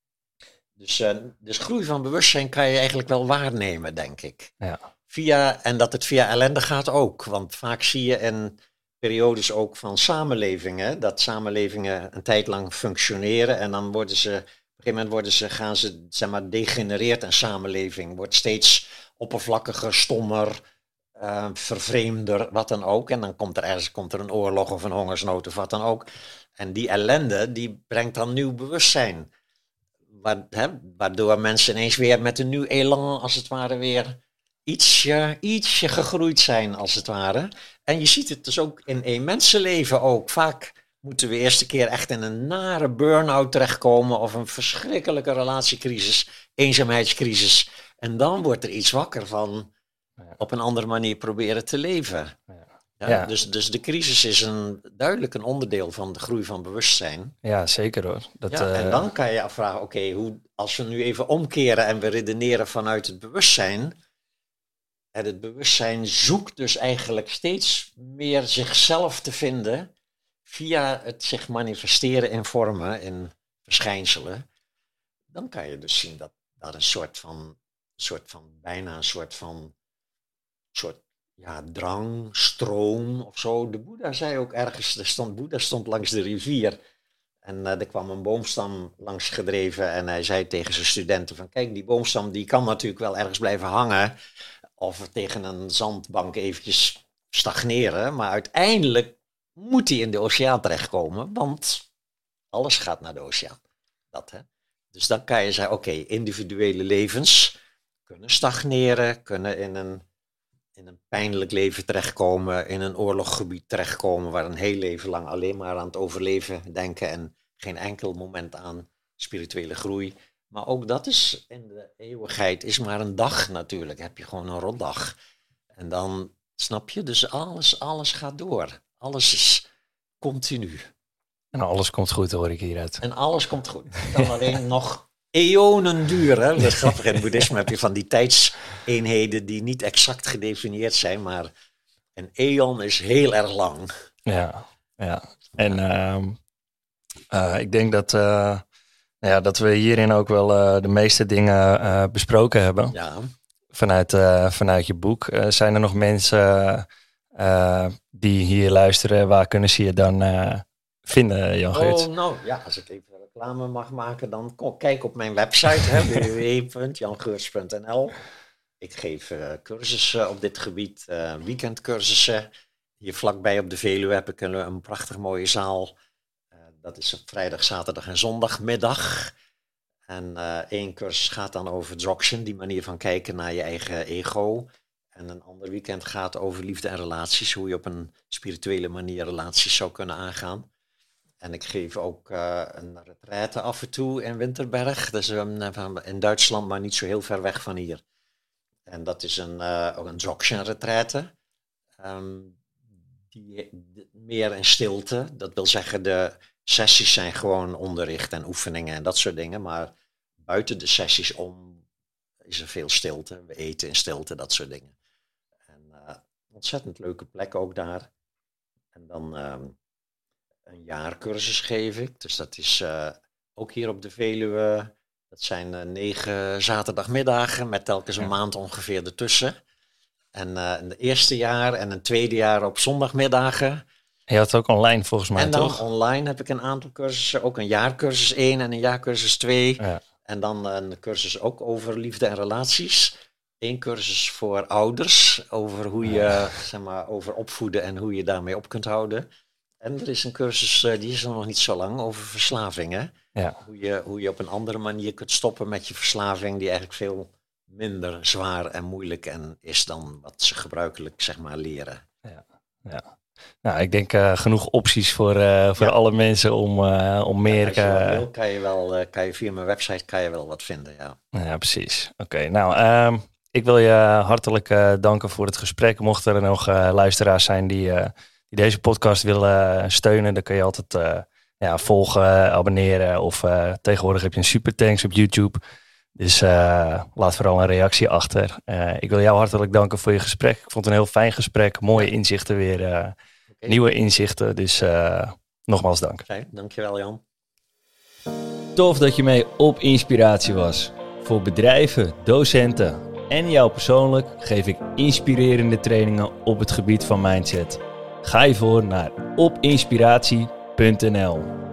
Dus groei van bewustzijn kan je eigenlijk wel waarnemen, denk ik. Ja. En dat het via ellende gaat ook. Want vaak zie je in periodes ook van samenlevingen, dat samenlevingen een tijd lang functioneren en dan worden ze, op een gegeven moment gaan ze, zeg maar, degenereerd een samenleving. Wordt steeds oppervlakkiger, stommer, vervreemder, wat dan ook. En dan komt er een oorlog of een hongersnood of wat dan ook. En die ellende, die brengt dan nieuw bewustzijn. Waardoor mensen ineens weer met een nieuw elan, als het ware, weer ietsje gegroeid zijn, als het ware. En je ziet het dus ook in een mensenleven ook. Vaak moeten we eerst een keer echt in een nare burn-out terechtkomen of een verschrikkelijke relatiecrisis, eenzaamheidscrisis. En dan wordt er iets wakker van op een andere manier proberen te leven. Ja. Dus de crisis is duidelijk een onderdeel van de groei van bewustzijn. Ja, zeker hoor. En dan kan je je afvragen, oké, als we nu even omkeren en we redeneren vanuit het bewustzijn. En het bewustzijn zoekt dus eigenlijk steeds meer zichzelf te vinden via het zich manifesteren in vormen, in verschijnselen. Dan kan je dus zien dat een soort van drang, stroom of zo. De Boeddha zei ook ergens, Boeddha stond langs de rivier en er kwam een boomstam langs gedreven en hij zei tegen zijn studenten van kijk, die boomstam die kan natuurlijk wel ergens blijven hangen of tegen een zandbank eventjes stagneren, maar uiteindelijk moet hij in de oceaan terechtkomen, want alles gaat naar de oceaan. Dus dan kan je zeggen, oké, individuele levens kunnen stagneren, kunnen in een pijnlijk leven terechtkomen, in een oorlogsgebied terechtkomen, waar een heel leven lang alleen maar aan het overleven denken en geen enkel moment aan spirituele groei. Maar ook dat is in de eeuwigheid, is maar een dag natuurlijk, heb je gewoon een rotdag. En dan, snap je, dus alles gaat door. Alles is continu. En alles komt goed, hoor ik hieruit. En alles komt goed. Het kan alleen nog eonen duren. Dat is grappig, in het boeddhisme heb je van die tijdseenheden die niet exact gedefinieerd zijn, maar een eon is heel erg lang. Ja. En ik denk dat we hierin ook wel de meeste dingen besproken hebben. Ja. Vanuit je boek. Zijn er nog mensen die hier luisteren? Waar kunnen ze je dan vinden, Jan Geurts? Als ik even reclame mag maken, dan kijk op mijn website, www.jangeurts.nl. Ik geef cursussen op dit gebied, weekendcursussen. Hier vlakbij op de Veluwe heb ik een prachtig mooie zaal. Dat is op vrijdag, zaterdag en zondagmiddag. En één cursus gaat dan over Dzogchen, die manier van kijken naar je eigen ego. En een ander weekend gaat over liefde en relaties, hoe je op een spirituele manier relaties zou kunnen aangaan. En ik geef ook een retraite af en toe in Winterberg. Dat is in Duitsland, maar niet zo heel ver weg van hier. En dat is ook een Dzogchen-retraite. Meer in stilte. Dat wil zeggen, de sessies zijn gewoon onderricht en oefeningen en dat soort dingen. Maar buiten de sessies om is er veel stilte. We eten in stilte, dat soort dingen. En ontzettend leuke plek ook daar. En dan een jaarcursus geef ik. Dus dat is ook hier op de Veluwe. Dat zijn 9 zaterdagmiddagen met telkens een maand ongeveer ertussen. En een eerste jaar en een tweede jaar op zondagmiddagen. Je had het ook online volgens mij, en dan toch? Online heb ik een aantal cursussen. Ook een jaarcursus 1 en een jaarcursus 2. Ja. En dan een cursus ook over liefde en relaties. 1 cursus voor ouders. Over hoe je, over opvoeden en hoe je daarmee op kunt houden. En er is een cursus, die is er nog niet zo lang, over verslavingen. Ja. Hoe je op een andere manier kunt stoppen met je verslaving, die eigenlijk veel minder zwaar en moeilijk is dan wat ze gebruikelijk leren. Ja. Nou, ik denk genoeg opties voor alle mensen om meer... Als je wil, kan je via mijn website wel wat vinden, Ja, precies. Oké, nou, ik wil je hartelijk danken voor het gesprek. Mochten er nog luisteraars zijn die deze podcast willen steunen, dan kun je altijd volgen, abonneren of tegenwoordig heb je een super thanks op YouTube. Dus laat vooral een reactie achter. Ik wil jou hartelijk danken voor je gesprek. Ik vond het een heel fijn gesprek. Mooie inzichten weer. Nieuwe inzichten. Dus nogmaals dank. Fijn, dankjewel Jan. Tof dat je mee op Inspiratie was. Voor bedrijven, docenten en jou persoonlijk geef ik inspirerende trainingen op het gebied van mindset. Ga je voor naar opinspiratie.nl.